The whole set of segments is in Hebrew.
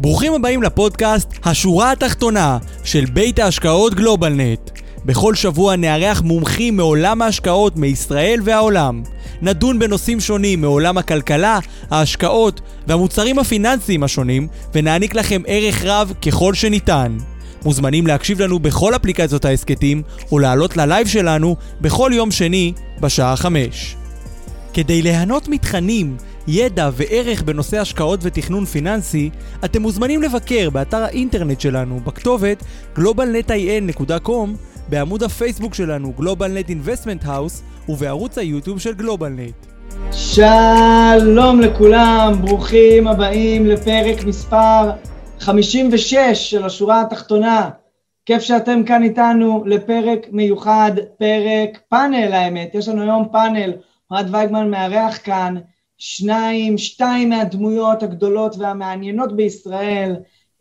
ברוכים הבאים לפודקאסט השורה התחתונה של בית ההשקעות גלובלנט. בכל שבוע נארח מומחים מעולם ההשקעות מישראל והעולם. נדון בנושאים שונים מעולם הכלכלה, ההשקעות והמוצרים הפיננסיים השונים, ונעניק לכם ערך רב ככל שניתן. מוזמנים להקשיב לנו בכל אפליקציות העסקתים, או לעלות ללייב שלנו בכל יום שני בשעה 5. כדי ליהנות מתכנים, ידע וערך בנושא השקעות ותכנון פיננסי, אתם מוזמנים לבקר באתר האינטרנט שלנו בכתובת globalnetin.com, בעמוד הפייסבוק שלנו GlobalNet Investment House ובערוץ היוטיוב של גלובלנט. שלום לכולם, ברוכים הבאים לפרק מספר 56 של השורה התחתונה. כיף שאתם כאן איתנו לפרק מיוחד, פרק פאנל האמת. יש לנו היום פאנל, אוהד וייגמן מארח כאן שתיים מהדמויות הגדולות והמעניינות בישראל,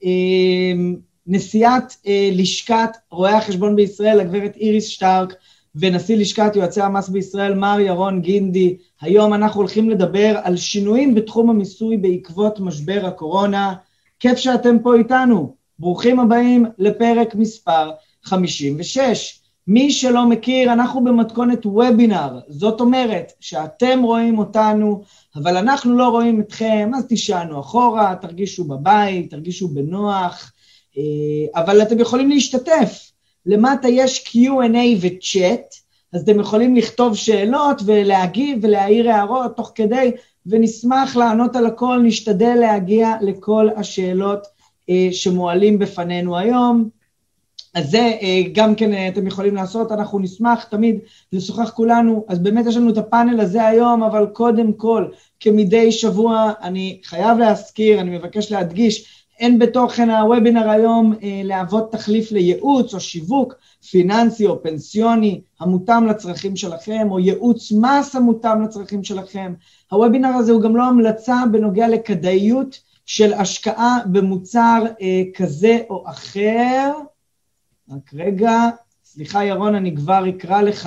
נשיאת לשכת רואי החשבון בישראל, הגברת איריס שטרק, ונשיא לשכת יועצי המס בישראל, מר ירון גינדי. היום אנחנו הולכים לדבר על שינויים בתחום המיסוי בעקבות משבר הקורונה. כיף שאתם פה איתנו. ברוכים הבאים לפרק מספר 56. מי שלא מכיר, אנחנו במתכונת וובינר. זאת אומרת שאתם רואים אותנו, אבל אנחנו לא רואים אתכם, אז תשענו אחורה, תרגישו בבית, תרגישו בנוח, אבל אתם יכולים להשתתף. למטה יש Q&A וצ'אט, אז אתם יכולים לכתוב שאלות ולהגיב ולהעיר הערות תוך כדי, ונשמח לענות על הכל, נשתדל להגיע לכל השאלות שמועלים בפנינו היום. אז זה גם כן אתם יכולים לעשות, אנחנו נשמח תמיד לשוחח כולנו. אז באמת יש לנו את הפאנל הזה היום, אבל קודם כל, כמדי שבוע, אני חייב להזכיר, אני מבקש להדגיש, אין בתוכן הוובינר היום להוות תחליף לייעוץ או שיווק פיננסי או פנסיוני המותאם לצרכים שלכם, או ייעוץ מס המותאם לצרכים שלכם. הוובינר הזה הוא גם לא המלצה בנוגע לכדאיות של השקעה במוצר כזה או אחר. רק רגע, סליחה ירון, אני כבר אקרא לך.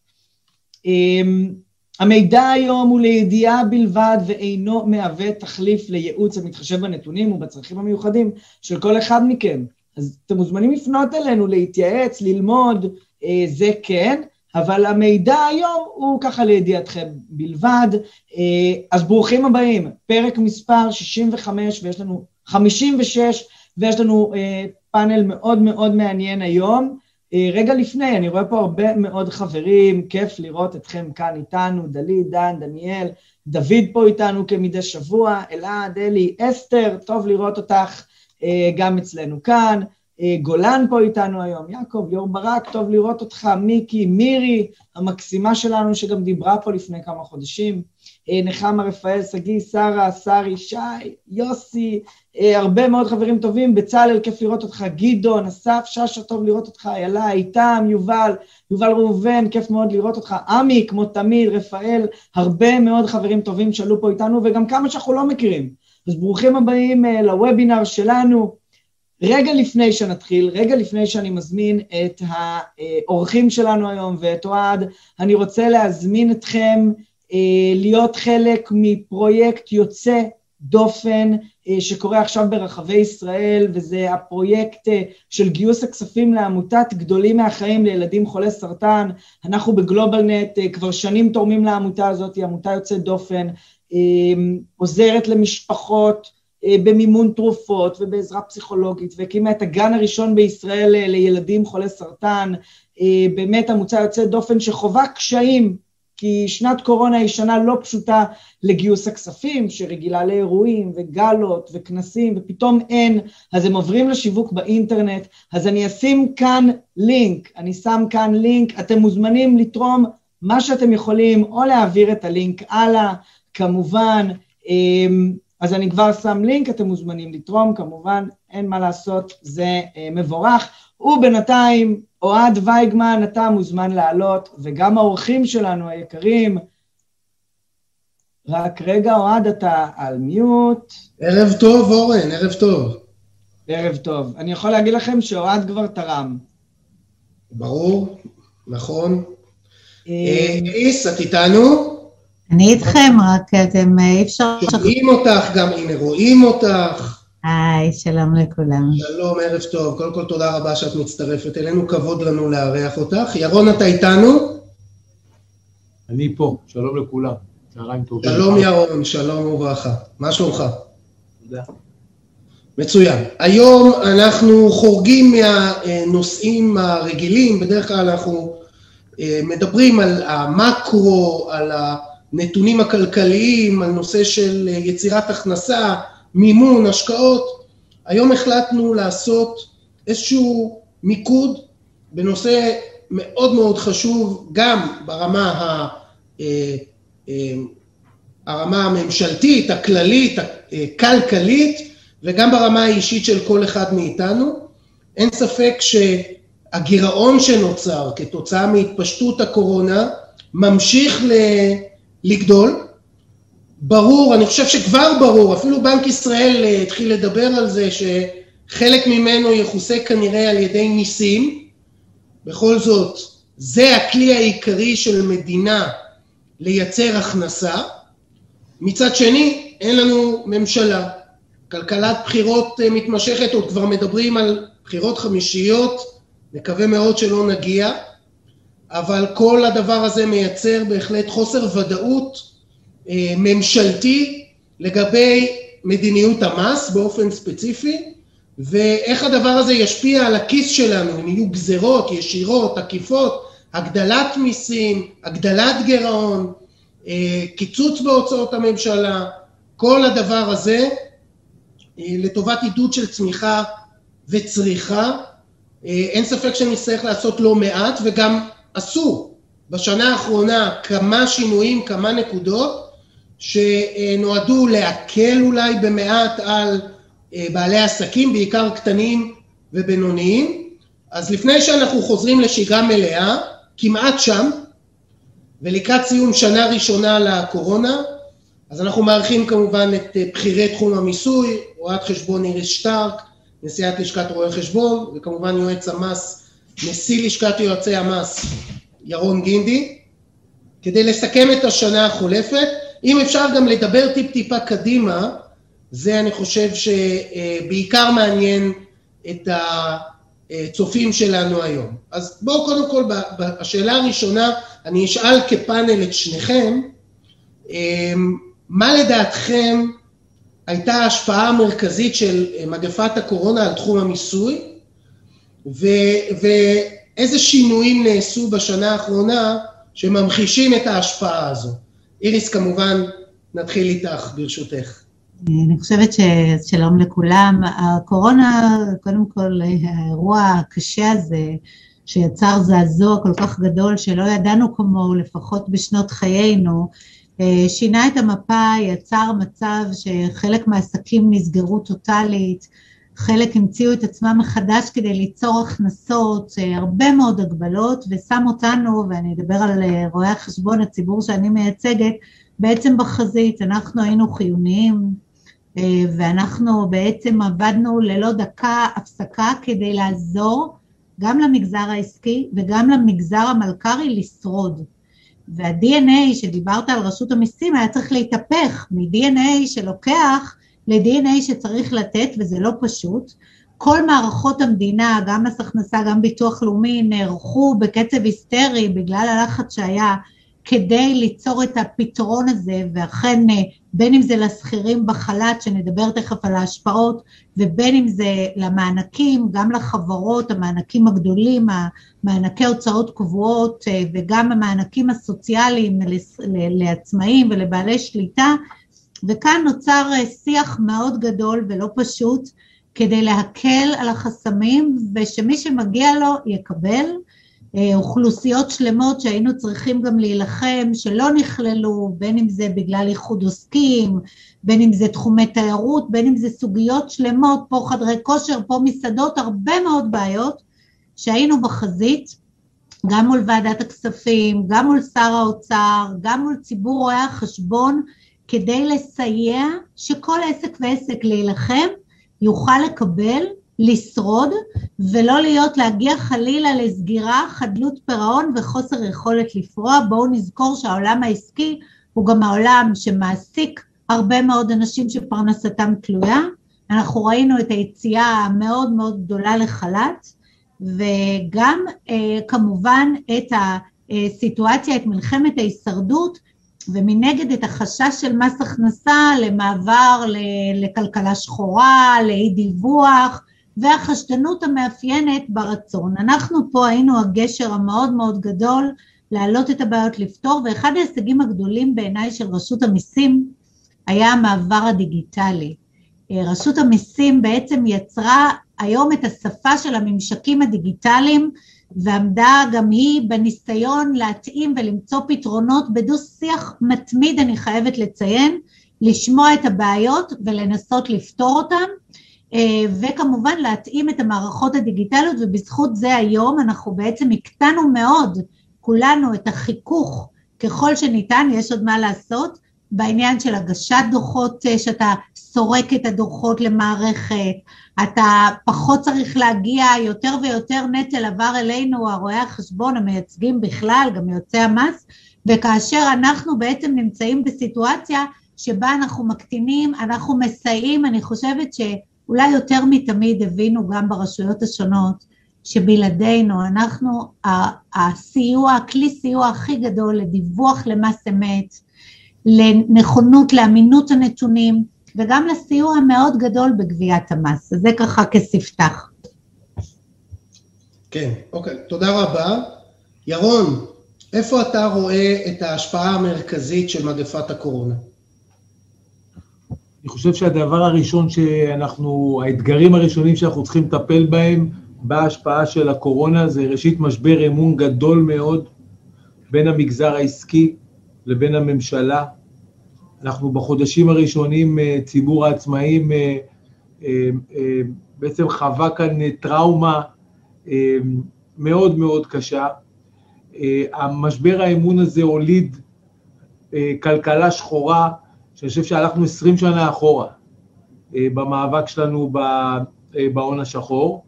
המידע היום הוא לידיעה בלבד ואינו מהווה תחליף לייעוץ המתחשב בנתונים ובצרכים המיוחדים של כל אחד מכם. אז אתם מוזמנים לפנות אלינו, להתייעץ, ללמוד, זה כן, אבל המידע היום הוא ככה לידיעתכם בלבד. אז ברוכים הבאים, פרק מספר 65 ויש לנו 56, ויש לנו פאנל מאוד מאוד מעניין היום. רגע לפני, אני רואה פה הרבה מאוד חברים, כיף לראות אתכם כאן איתנו, דלי, דן, דניאל, דוד פה איתנו כמדי שבוע, אלעד, אלי, אסתר, טוב לראות אותך גם אצלנו כאן, גולן פה איתנו היום, יעקב, ליאור ברק, טוב לראות אותך, מיקי, מירי, המקסימה שלנו שגם דיברה פה לפני כמה חודשים, נחמה, רפאל, סגי, שרה, שרי, שי, יוסי, הרבה מאוד חברים טובים, בצלאל, כיף לראות אותך, גידון, אסף, ששה, טוב לראות אותך, איילה, איתם, יובל ראובן, כיף מאוד לראות אותך, עמי, כמו תמיד, רפאל, הרבה מאוד חברים טובים שעלו פה איתנו, וגם כמה שאנחנו לא מכירים. אז ברוכים הבאים לוובינר שלנו. רגע לפני שנתחיל, רגע לפני שאני מזמין את האורחים שלנו היום ואת אוהד, אני רוצה להזמין אתכם להיות חלק מפרויקט יוצא דופן שקורה עכשיו ברחבי ישראל, וזה הפרויקט של גיוס הכספים לעמותת גדולים מהחיים לילדים חולי סרטן. אנחנו בגלובלנט כבר שנים תורמים לעמותה הזאת, היא עמותה יוצאת דופן, עוזרת למשפחות, במימון תרופות ובעזרה פסיכולוגית, והקימה את הגן הראשון בישראל לילדים חולי סרטן. באמת המוצא יוצא דופן שחובה קשיים, כי שנת קורונה היא שנה לא פשוטה לגיוס הכספים, שרגילה לאירועים וגלות וכנסים, ופתאום אין, אז הם עוברים לשיווק באינטרנט. אז אני אשים כאן לינק, אתם מוזמנים לתרום מה שאתם יכולים, או להעביר את הלינק הלאה, כמובן, אז אני כבר שם לינק, אתם מוזמנים לתרום, כמובן, אין מה לעשות, זה מבורך. ובינתיים, אוהד וייגמן, אתה מוזמן לעלות, וגם האורחים שלנו היקרים. רק רגע, אוהד, אתה על מיוט. ערב טוב, אורן, ערב טוב. ערב טוב. אני יכול להגיד לכם שאוהד כבר תרם. ברור, נכון. איריס, את איתנו? אני איתכם, רק אתם אי אפשר... שומעים אותך, גם הנה רואים אותך. היי, שלום לכולם. שלום, ערב טוב. קודם כל תודה רבה שאת מצטרפת אלינו, כבוד לנו לארח אותך. ירון, אתה איתנו? אני פה, שלום לכולם. צהריים טובים. שלום ירון, שלום וברכה. מה שלומך? תודה. מצוין. היום אנחנו חורגים מהנושאים הרגילים, בדרך כלל אנחנו מדברים על המקרו, על הנתונים הכלכליים, על נושא של יצירת הכנסה, מימון, השקעות. היום החלטנו לעשות איזשהו מיקוד בנושא מאוד מאוד חשוב, גם ברמה הרמה הממשלתית, הכללית, הכלכלית, וגם ברמה האישית של כל אחד מאיתנו. אין ספק שהגירעון שנוצר כתוצאה מהתפשטות הקורונה ממשיך לגדול. ברור, אני חושב שכבר ברור, אפילו בנק ישראל התחיל לדבר על זה שחלק ממנו יחוסה כנראה על ידי מיסים. בכל זאת, זה הכלי העיקרי של מדינה לייצר הכנסה. מצד שני, אין לנו ממשלה. כלכלת בחירות מתמשכת, עוד כבר מדברים על בחירות חמישיות, מקווה מאוד שלא נגיע, אבל כל הדבר הזה מייצר בהחלט חוסר ודאות ממשלתי לגבי מדיניות המס באופן ספציפי, ואיך הדבר הזה ישפיע על הכיס שלנו, אם יהיו גזרות ישירות, עקיפות, הגדלת מיסים, הגדלת גירעון, קיצוץ בהוצאות הממשלה, כל הדבר הזה לטובת עידוד של צמיחה וצריכה. אין ספק שנצטרך לעשות לא מעט, וגם עשו בשנה האחרונה כמה שינויים, כמה נקודות, שנועדו להקל אולי במעט על בעלי עסקים, בעיקר קטנים ובינוניים. אז לפני שאנחנו חוזרים לשגרה מלאה, כמעט שם, ולקראת סיום שנה ראשונה לקורונה, אז אנחנו מארחים כמובן את בכירי תחום המיסוי, רואת חשבון איריס שטרק, נשיאת לשכת רואי חשבון, וכמובן יועץ המס, נשיא לשכת יועצי המס, ירון גינדי, כדי לסכם את השנה החולפת. אם אפשר גם לדבר טיפה קדימה, זה אני חושב שבעיקר מעניין את הצופים שלנו היום. אז בואו קודם כל, בשאלה הראשונה, אני אשאל כפאנל את שניכם, מה לדעתכם הייתה ההשפעה המרכזית של מגפת הקורונה על תחום המיסוי, ואיזה שינויים נעשו בשנה האחרונה שממחישים את ההשפעה הזו? איריס, כמובן, נתחיל איתך ברשותך. אני חושבת ששלום לכולם. הקורונה, קודם כל, האירוע הקשה הזה, שיצר זעזוע כל כך גדול שלא ידענו כמו, לפחות בשנות חיינו, שינה את המפה, יצר מצב שחלק מהעסקים נסגרו טוטלית, חלק המציאו את עצמם מחדש כדי ליצור הכנסות, הרבה מאוד הגבלות, ושם אותנו, ואני אדבר על רואי החשבון, הציבור שאני מייצגת, בעצם בחזית. אנחנו היינו חיוניים, ואנחנו בעצם עבדנו ללא דקה הפסקה כדי לעזור גם למגזר העסקי וגם למגזר המלכ"רי לשרוד. וה-DNA שדיברת על רשות המיסים היה צריך להתהפך מ-DNA שלוקח ל-DNA שצריך לתת, וזה לא פשוט. כל מערכות המדינה, גם מס הכנסה, גם ביטוח לאומי, נערכו בקצב היסטרי בגלל הלחץ שהיה כדי ליצור את הפתרון הזה, ואכן בין אם זה לשכירים בחל"ת, שנדבר תכף על ההשפעות, ובין אם זה למענקים, גם לחברות, המענקים הגדולים, מענקי הוצאות קבועות, וגם המענקים הסוציאליים לעצמאים ולבעלי שליטה, וכאן נוצר שיח מאוד גדול ולא פשוט, כדי להקל על החסמים, ושמי שמגיע לו יקבל. אוכלוסיות שלמות שהיינו צריכים גם להילחם, שלא נכללו, בין אם זה בגלל איחוד עוסקים, בין אם זה תחומי תיירות, בין אם זה סוגיות שלמות, פה חדרי כושר, פה מסעדות, הרבה מאוד בעיות שהיינו בחזית, גם מול ועדת הכספים, גם מול שר האוצר, גם מול ציבור רואי החשבון, כדי לסייע שכל עסק ועסק להילחם, יוכל לקבל, לשרוד, ולא להגיע חלילה לסגירה, חדלות פירעון וחוסר יכולת לפרוע. בואו נזכור שהעולם העסקי הוא גם העולם שמעסיק הרבה מאוד אנשים שפרנסתם תלויה. אנחנו ראינו את היציאה המאוד מאוד גדולה לחל"ת, וגם כמובן את הסיטואציה, את מלחמת ההישרדות, ומנגד את החשש של מס הכנסה למעבר לכלכלה שחורה, לאי דיווח, והחשדנות המאפיינת ברצון. אנחנו פה היינו הגשר המאוד מאוד גדול להעלות את הבעיות, לפתור, ואחד ההישגים הגדולים בעיניי של רשות המיסים היה המעבר הדיגיטלי. רשות המיסים בעצם יצרה היום את השפה של הממשקים הדיגיטליים, ועמדה גם היא בניסיון להתאים ולמצוא פתרונות בדו שיח מתמיד, אני חייבת לציין, לשמוע את הבעיות ולנסות לפתור אותן, וכמובן להתאים את המערכות הדיגיטליות, ובזכות זה היום אנחנו בעצם הקטנו מאוד כולנו את החיכוך ככל שניתן, יש עוד מה לעשות, בעניין של הגשת דוחות, שאתה סורק את הדוחות למערכת, אתה פחות צריך להגיע, יותר ויותר נטל עבר אלינו, הרואי החשבון, המייצגים בכלל, גם יוצאי המס, וכאשר אנחנו בעצם נמצאים בסיטואציה שבה אנחנו מקטינים, אנחנו מסייעים, אני חושבת שאולי יותר מתמיד הבינו גם ברשויות השונות, שבלעדינו אנחנו הסיוע, הכלי סיוע הכי גדול לדיווח למס אמת, לנכונות, לאמינות הנתונים, וגם לסיוע המאוד גדול בגביית המס. אז זה ככה כספתח. כן, אוקיי, תודה רבה. ירון, איפה אתה רואה את ההשפעה המרכזית של מגפת הקורונה? אני חושב שהדבר הראשון האתגרים הראשונים שאנחנו צריכים לטפל בהם, בהשפעה של הקורונה, זה ראשית משבר אמון גדול מאוד, בין המגזר העסקי לבין הממשלה. אנחנו בחודשים הראשונים, ציבור העצמאים בעצם חווה כאן טראומה מאוד מאוד קשה. המשבר האמון הזה הוליד כלכלה שחורה, שאני חושב שהלכנו 20 שנה אחורה במאבק שלנו בהון השחור.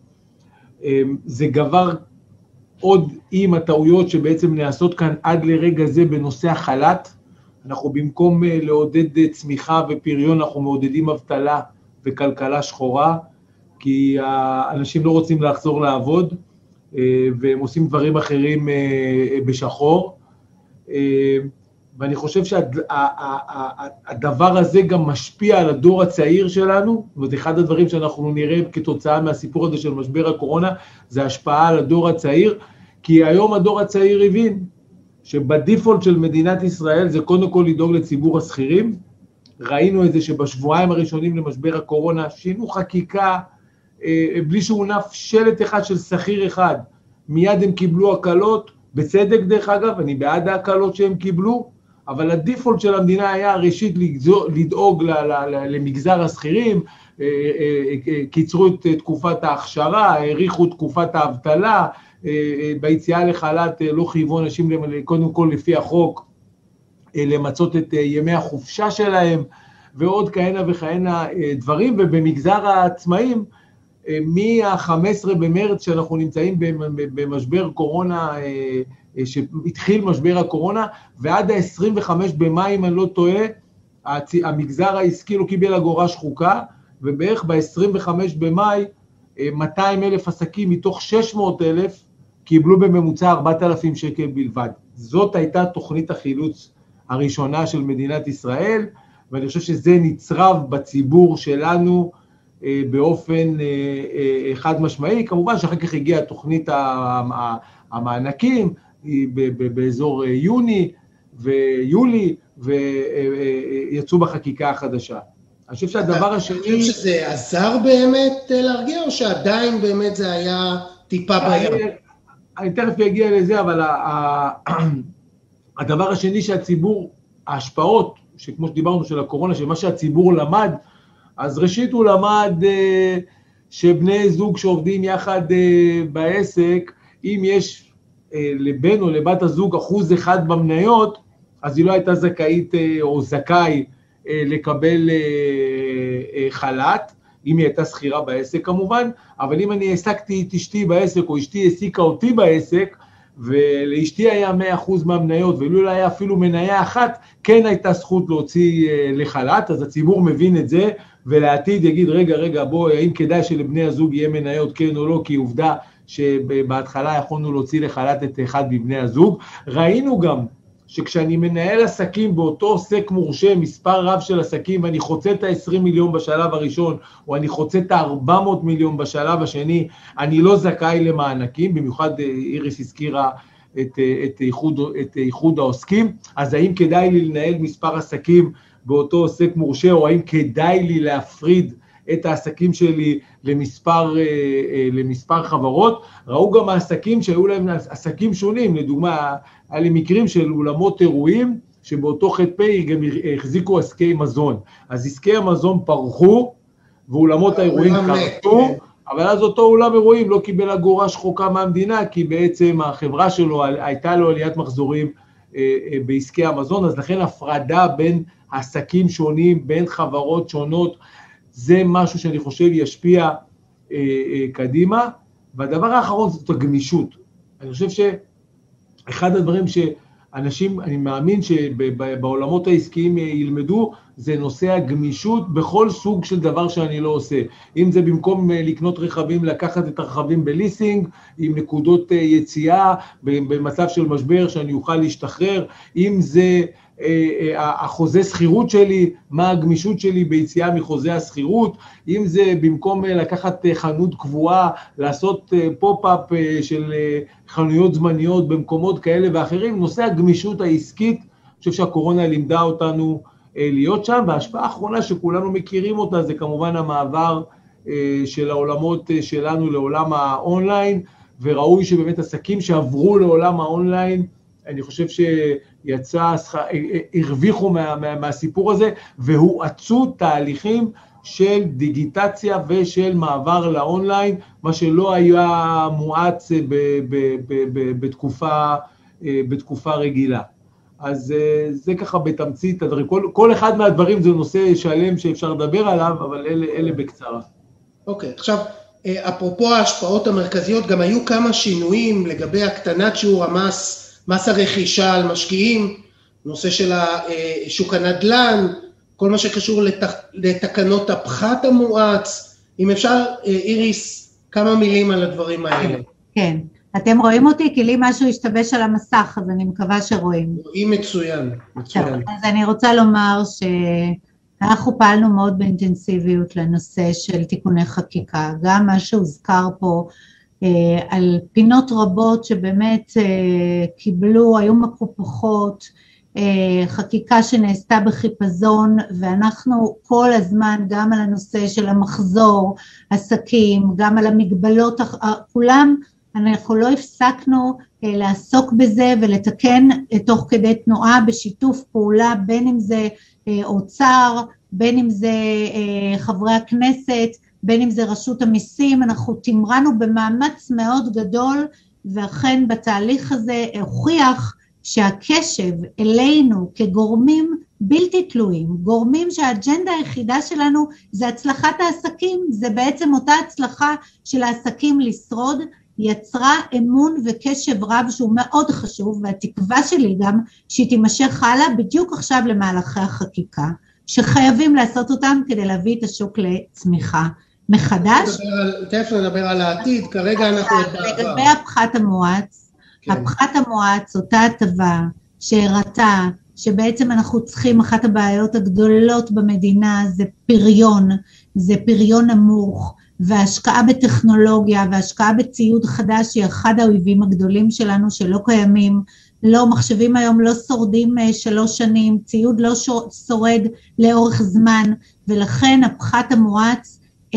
זה גבר עוד עם הטעויות שבעצם נעשות כאן עד לרגע זה בנושא החל"ת. אנחנו במקום לעודד צמיחה ופריון, אנחנו מעודדים אבטלה וכלכלה שחורה, כי האנשים לא רוצים לחזור לעבוד, והם עושים דברים אחרים בשחור. ואני חושב שהדבר הזה גם משפיע על הדור הצעיר שלנו, וזה אחד הדברים שאנחנו נראה כתוצאה מהסיפור הזה של משבר הקורונה, זה השפעה על הדור הצעיר, כי היום הדור הצעיר הבין שבדיפולט של מדינת ישראל זה קודם כל לדאוג לציבור השכירים. ראינו את זה שבשבועיים הראשונים למשבר הקורונה שינו חקיקה בלי שהונף שלט אחד של שכיר אחד, מיד הם קיבלו הקלות, בצדק דרך אגב, אני בעד ההקלות שהם קיבלו, אבל הדיפולט של המדינה היה ראשית לדאוג למגזר השכירים, קיצרו את תקופת ההכשרה, האריכו תקופת האבטלה, ביציאה לחל"ת לא חייבו אנשים קודם כל לפי החוק למצות את ימי החופשה שלהם, ועוד כהנה וכהנה דברים. ובמגזר העצמאים, מה-15 במרץ שאנחנו נמצאים במשבר קורונה, שהתחיל משבר הקורונה, ועד ה-25 במאי, אם אני לא טועה, המגזר העסקי לא קיבל אגורה שחוקה, ובערך ב-25 במאי, 200,000 עסקים מתוך 600,000, קיבלו בממוצע 4,000 שקל בלבד. זאת הייתה תוכנית החילוץ הראשונה של מדינת ישראל, ואני חושב שזה נצרב בציבור שלנו באופן חד משמעי. כמובן שאחר כך הגיעה תוכנית המענקים באזור יוני ויולי, ויצאו בחקיקה החדשה. אני חושב שהדבר השני... אתה חושב שזה עזר באמת להרגיע, או שעדיין באמת זה היה טיפה בים? אני תכף אגיע לזה, אבל הדבר השני שהציבור, ההשפעות, שכמו שדיברנו של הקורונה, שמה שהציבור למד, אז ראשית הוא למד שבני זוג שעובדים יחד בעסק, אם יש לבן או לבת הזוג 1% במניות, אז היא לא הייתה זכאית או זכאי לקבל חל"ת, אם היא הייתה שכירה בעסק כמובן, אבל אם אני העסקתי את אשתי בעסק, או אשתי העסיקה אותי בעסק, ולאשתי היה 100% מהמניות, ולו היה אפילו מניה אחת, כן הייתה זכות להוציא לחל"ת, אז הציבור מבין את זה, ולעתיד יגיד, רגע, בוא, האם כדאי שלבני הזוג יהיה מניות כן או לא, כי עובדה שבהתחלה יכולנו להוציא לחל"ת את אחד מבני הזוג. ראינו גם שכשאני מנהל עסקים באותו עוסק מורשה, מספר רב של עסקים, ואני חוצה את ה-20 מיליון בשלב הראשון, או אני חוצה את ה-400 מיליון בשלב השני, אני לא זכאי למענקים, במיוחד איריס הזכירה את איחוד העוסקים, אז האם כדאי לי לנהל מספר עסקים באותו עוסק מורשה, או האם כדאי לי להפריד את העסקים שלי למספר חברות? ראו גם העסקים שהיו להם עסקים שונים, לדוגמה, היה לי מקרים של אולמות אירועים, שבאותו ח"פ גם החזיקו עסקי מזון. אז עסקי המזון פרחו, ואולמות האירועים קרסו, אבל אז אותו אולם אירועים לא קיבל אגורה שחוקה מהמדינה, כי בעצם החברה שלו הייתה לו עליית מחזורים בעסקי המזון, אז לכן הפרדה בין עסקים שונים, בין חברות שונות, זה משהו שאני חושב ישפיע קדימה. והדבר האחרון זאת הגמישות. אני חושב שאחד הדברים שאנשים, אני מאמין שבעולמות העסקיים ילמדו, זה נושא הגמישות בכל סוג של דבר שאני לא עושה. אם זה במקום לקנות רכבים, לקחת את הרכבים בליסינג, עם נקודות יציאה, במצב של משבר שאני אוכל להשתחרר, אם זה החוזה שכירות שלי, מה הגמישות שלי ביציאה מחוזה השכירות, אם זה במקום לקחת חנות קבועה, לעשות פופ-אפ של חנויות זמניות במקומות כאלה ואחרים, נושא הגמישות העסקית, אני חושב שהקורונה לימדה אותנו להיות שם, וההשפעה האחרונה שכולנו מכירים אותה, זה כמובן המעבר של העולמות שלנו לעולם האונליין, וראוי שבאמת עסקים שעברו לעולם האונליין, אני חושב הרוויחו מהסיפור הזה, והואצו תהליכים של דיגיטציה ושל מעבר לאונליין, מה שלא היה מואץ בתקופה רגילה. אז זה ככה בתמצית, כל אחד מהדברים זה נושא שלם שאפשר לדבר עליו, אבל אלה בקצרה. אוקיי, עכשיו, אפרופו ההשפעות המרכזיות, גם היו כמה שינויים לגבי הקטנת שיעור מס הרכישה על משקיעים, נושא של שוק הנדל"ן, כל מה שקשור לתקנות הפחת המואץ. אם אפשר, איריס, כמה מילים על הדברים האלה. כן, אתם רואים אותי? כי לי משהו השתבש על המסך, אז אני מקווה שרואים. רואים מצוין. אז אני רוצה לומר שאנחנו פעלנו מאוד באינטנסיביות לנושא של תיקוני חקיקה, גם מה שהוזכר פה, על פינות רבות שבאמת קיבלו, היו מקופחות, חקיקה שנעשתה בחיפזון, ואנחנו כל הזמן גם על הנושא של המחזור, עסקים, גם על המגבלות, כולם, אנחנו לא הפסקנו לעסוק בזה ולתקן תוך כדי תנועה בשיתוף פעולה, בין אם זה אוצר, בין אם זה חברי הכנסת, בין אם זה רשות המיסים. אנחנו תמרנו במאמץ מאוד גדול, ואכן בתהליך הזה הוכיח שהקשב אלינו כגורמים בלתי תלויים, גורמים שהאג'נדה היחידה שלנו זה הצלחת העסקים, זה בעצם אותה הצלחה של העסקים לשרוד, יצרה אמון וקשב רב שהוא מאוד חשוב, והתקווה שלי גם שהיא תימשך הלאה בדיוק עכשיו למהלכי החקיקה, שחייבים לעשות אותם כדי להביא את השוק לצמיחה. מחדש. תכף נדבר על העתיד, כרגע אנחנו... לגבי הפחת המואץ, הפחת המואץ, אותה הטבה שהראתה, שבעצם אנחנו צריכים, אחת הבעיות הגדולות במדינה זה פריון, זה פריון נמוך, והשקעה בטכנולוגיה והשקעה בציוד חדש היא אחד האויבים הגדולים שלנו שלא קיימים, לא, מחשבים היום לא שורדים 3 שנים, ציוד לא שורד לאורך זמן, ולכן הפחת המואץ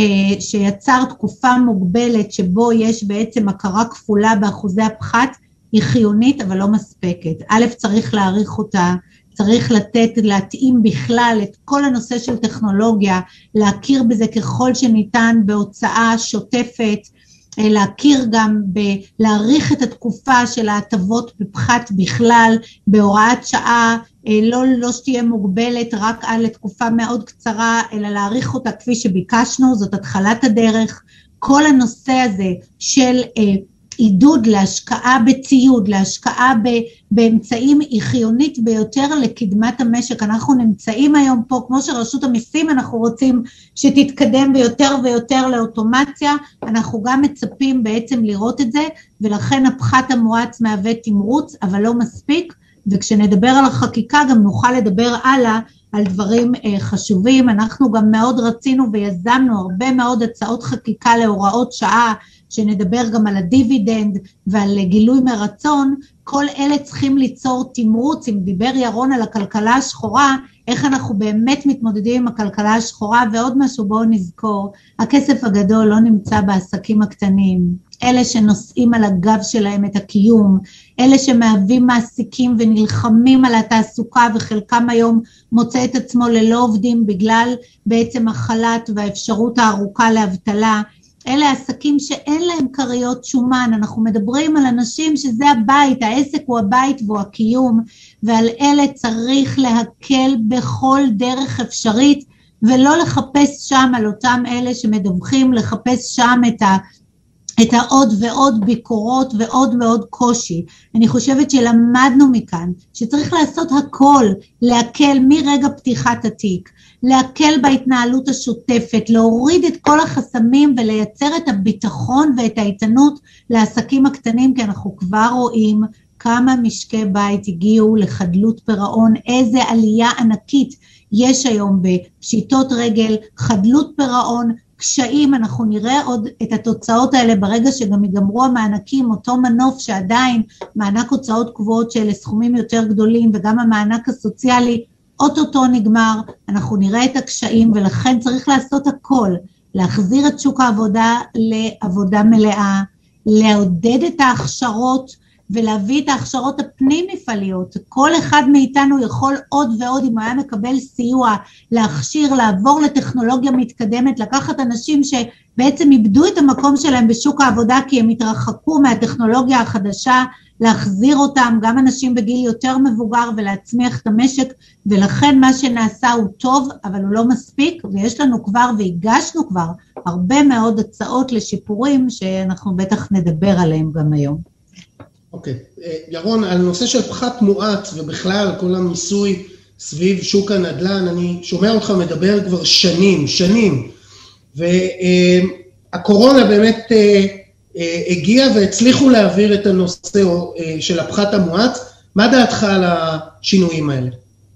שיצר תקופה מוגבלת שבו יש בעצם הכרה כפולה באחוזי הפחת, היא חיונית אבל לא מספקת. א', צריך להעריך אותה, צריך להתאים בכלל את כל הנושא של טכנולוגיה, להכיר בזה ככל שניתן בהוצאה שוטפת, להכיר גם להאריך את התקופה של ההטבות בפחת בכלל, בהוראת שעה, לא שתהיה מוגבלת רק על תקופה מאוד קצרה, אלא להאריך אותה כפי שביקשנו, זאת התחלת הדרך. כל הנושא הזה של עידוד להשקעה בציוד, להשקעה באמצעים היא חיונית ביותר לקדמת המשק. אנחנו נמצאים היום פה, כמו שרשות המיסים אנחנו רוצים שתתקדם ביותר ויותר לאוטומציה, אנחנו גם מצפים בעצם לראות את זה, ולכן הפחת המואץ מהווה תמרוץ, אבל לא מספיק, וכשנדבר על החקיקה גם נוכל לדבר הלאה על דברים חשובים. אנחנו גם מאוד רצינו ויזמנו הרבה מאוד הצעות חקיקה להוראות שעה, שנדבר גם על הדיבידנד ועל גילוי מרצון. כל אלה צריכים ליצור תמרוץ. אם דיבר ירון על הכלכלה השחורה, איך אנחנו באמת מתמודדים עם הכלכלה השחורה, ועוד משהו בואו נזכור, הכסף הגדול לא נמצא בעסקים הקטנים, אלה שנושאים על הגב שלהם את הקיום, אלה שמהווים מעסיקים ונלחמים על התעסוקה, וחלקם היום מוצא את עצמו ללא עובדים בגלל בעצם החל"ת והאפשרות הארוכה לאבטלה. אלה עסקים שאין להם קריות שומן, אנחנו מדברים על אנשים שזה הבית, העסק הוא הבית והוא הקיום, ועל אלה צריך להקל בכל דרך אפשרית, ולא לחפש שם על אותם אלה שמדווחים, לחפש שם את העוד ועוד ביקורות ועוד ועוד קושי. אני חושבת שלמדנו מכאן שצריך לעשות הכל, להקל מרגע פתיחת התיק, להקל בהתנהלות השוטפת, להוריד את כל החסמים ולייצר את הביטחון ואת האיתנות לעסקים הקטנים, כי אנחנו כבר רואים כמה משקי בית הגיעו לחדלות פירעון, איזה עלייה ענקית יש היום בפשיטות רגל, חדלות פירעון, קשיים. אנחנו נראה עוד את התוצאות האלה ברגע שגם ייגמרו המענקים, אותו מנוף שעדיין מענק הוצאות קבועות של סכומים יותר גדולים, וגם המענק הסוציאלי אוטוטו נגמר, אנחנו נראה את הקשיים, ולכן צריך לעשות הכל, להחזיר את שוק העבודה לעבודה מלאה, לעודד את ההכשרות, ולהביא את ההכשרות הפנים מפעליות. כל אחד מאיתנו יכול עוד ועוד, אם הוא היה מקבל סיוע, להכשיר, לעבור לטכנולוגיה מתקדמת, לקחת אנשים שבעצם איבדו את המקום שלהם בשוק העבודה, כי הם התרחקו מהטכנולוגיה החדשה, להחזיר אותם, גם אנשים בגיל יותר מבוגר, ולהצמיח את המשק. ולכן מה שנעשה הוא טוב, אבל הוא לא מספיק, ויש לנו כבר והגשנו כבר הרבה מאוד הצעות לשיפורים, שאנחנו בטח נדבר עליהם גם היום. אוקיי, ירון, על נושא של פחת מואץ ובכלל כל המיסוי סביב שוק הנדל"ן, אני שומע אותך מדבר כבר שנים, והקורונה באמת הגיעה והצליחו להעביר את הנושא של הפחת המואץ. מה דעתך על השינויים האלה?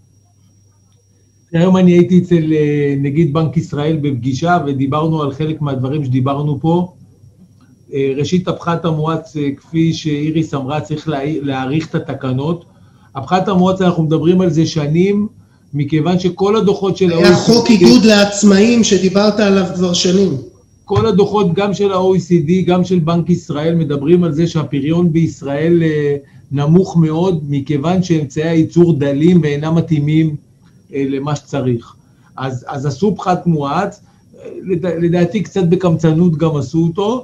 היום אני הייתי אצל נגיד בנק ישראל בפגישה, ודיברנו על חלק מהדברים שדיברנו פה. ראשית, הפחת המואץ, כפי שאיריס אמרה, צריך להאריך את התקנות. הפחת המואץ, אנחנו מדברים על זה שנים, מכיוון שכל הדוחות של היה חוק עידוד לעצמאים שדיברת עליו כבר שנים. כל הדוחות, גם של ה-OECD, גם של בנק ישראל, מדברים על זה שהפריון בישראל נמוך מאוד, מכיוון שאמצעי הייצור דלים ואינם מתאימים למה שצריך. אז עשו פחת מואץ, לדעתי קצת בקמצנות גם עשו אותו,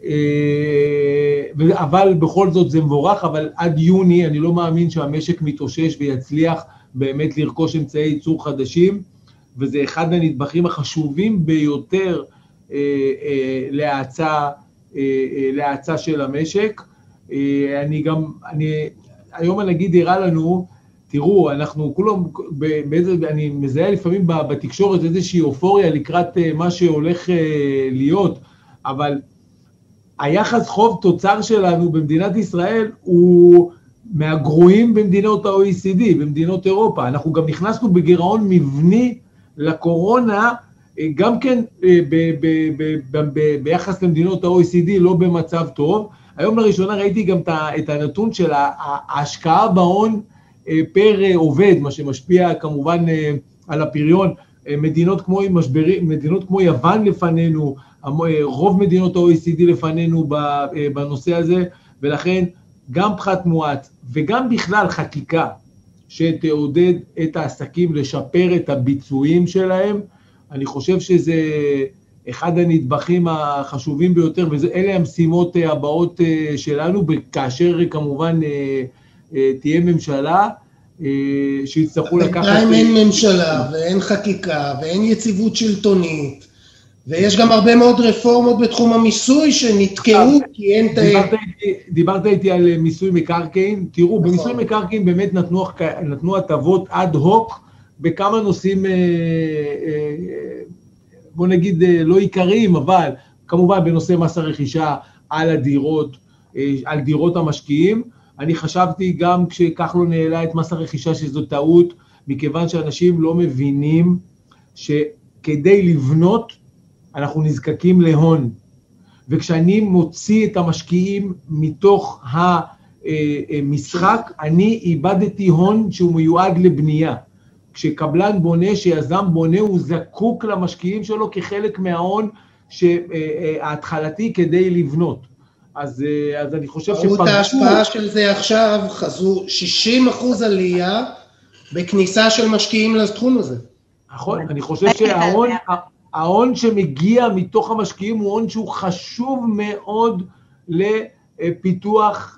אבל בכל זאת זה מבורך. אבל עד יוני אני לא מאמין שהמשק מתאושש ויצליח באמת לרכוש אמצעי ייצור חדשים, וזה אחד הנדבכים החשובים ביותר להאצה של המשק. היום נגיד הראה לנו, תראו, אנחנו כולם, אני מזהה לפעמים בתקשורת איזושהי אופוריה לקראת מה שהולך להיות, אבל היחס חוב תוצר שלנו במדינת ישראל הוא מהגרועים במדינות ה-OECD, במדינות אירופה. אנחנו גם נכנסנו בגירעון מבני לקורונה, גם כן ביחס למדינות ה-OECD לא במצב טוב. היום לראשונה ראיתי גם את הנתון של ההשקעה בהון פר עובד, מה שמשפיע כמובן על הפריון. מדינות כמו יוון לפנינו, רוב מדינות ה-OECD לפנינו בנושא הזה, ולכן גם פחת מואץ וגם בכלל חקיקה שתעודד את העסקים לשפר את הביצועים שלהם, אני חושב שזה אחד הנדבכים החשובים ביותר, ואלה המשימות הבאות שלנו, כאשר כמובן תהיה ממשלה שיצטרכו לקחת... בינתיים אין ממשלה ואין חקיקה ואין יציבות שלטונית, ויש גם הרבה מאוד רפורמות בתחום המיסוי שנתקעו, כי אין... דיברת איתי על מיסוי מקרקעין, תראו, במיסוי מקרקעין באמת נתנו הטבות אד הוק, בכמה נושאים, בוא נגיד, לא עיקריים, אבל כמובן בנושא מס הרכישה על הדירות, על דירות המשקיעים. אני חשבתי גם כשכחלון העלה את מס הרכישה שזו טעות, מכיוון שאנשים לא מבינים שכדי לבנות אנחנו נזקקים להון. וכשאני מוציא את המשקיעים מתוך המשחק, אני איבדתי הון שהוא מיועד לבנייה. כשקבלן בונה, שיזם בונה, הוא זקוק למשקיעים שלו כחלק מההון ההתחלתי כדי לבנות. אז אני חושב את ההשפעה של זה עכשיו, חזו 60% עלייה בכניסה של משקיעים לתחום הזה. נכון, אני חושב שההון שמגיע מתוך המשקיעים הוא הון שהוא חשוב מאוד לפיתוח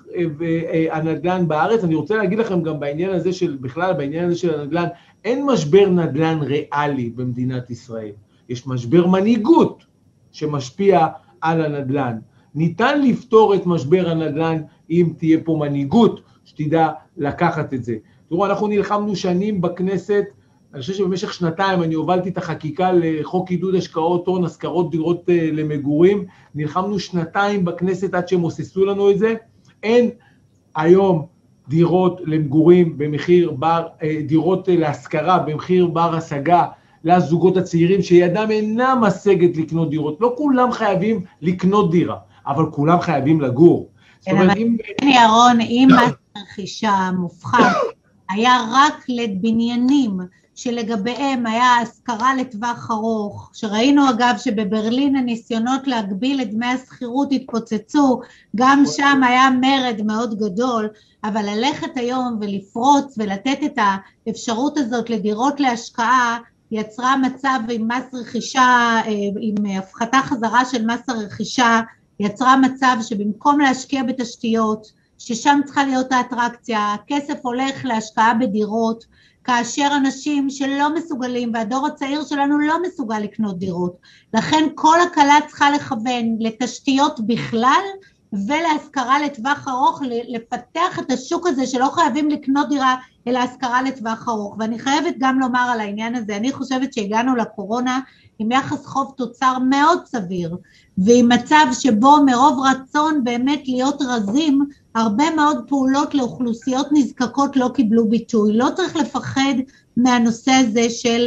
הנדל"ן בארץ. אני רוצה להגיד לכם גם בעניין הזה בכלל בעניין הזה של הנדל"ן, אין משבר נדל"ן ריאלי במדינת ישראל. יש משבר מנהיגות שמשפיע על הנדל"ן. ניתן לפתור את משבר הנדל"ן אם תהיה פה מנהיגות שתדע לקחת את זה. תראו, אנחנו נלחמנו שנים בכנסת, אני חושב שבמשך שנתיים אני הובלתי את החקיקה לחוק עידוד השקעות הון, השכרות דירות למגורים, נלחמנו שנתיים בכנסת עד שהם הוססו לנו את זה. אין היום דירות למגורים במחיר דירות להשכרה במחיר בר השגה לזוגות הצעירים שידם אינה משגת לקנות דירות. לא כולם חייבים לקנות דירה, אבל כולם חייבים לגור. זאת אומרת, ירון, אם מס הרכישה מופחת היה רק לבניינים שלגביהם היה השכרה לטווח ארוך, שראינו אגב שבברלין הניסיונות להגביל את דמי השכירות התפוצצו, גם שם היה מרד מאוד גדול, אבל ללכת היום ולפרוץ ולתת את האפשרות הזאת לדירות להשקעה, יצרה מצב עם מס רכישה, עם הפחתה חזרה של מס הרכישה, יצרה מצב שבמקום להשקיע בתשתיות, ששם צריכה להיות האטרקציה, הכסף הולך להשקעה בדירות, כאשר אנשים שלא מסוגלים, והדור הצעיר שלנו לא מסוגל לקנות דירות, לכן כל הקלה צריכה לכוון לתשתיות בכלל, ולהשכרה לטווח ארוך, לפתח את השוק הזה שלא חייבים לקנות דירה, אלא השכרה לטווח ארוך. ואני חייבת גם לומר על העניין הזה, אני חושבת שהגענו לקורונה עם יחס חוב תוצר מאוד סביר, ועם מצב שבו מרוב רצון באמת להיות רזים, הרבה מאוד פעולות לאוכלוסיות נזקקות לא קיבלו ביטוי. לא צריך לפחד מהנושא הזה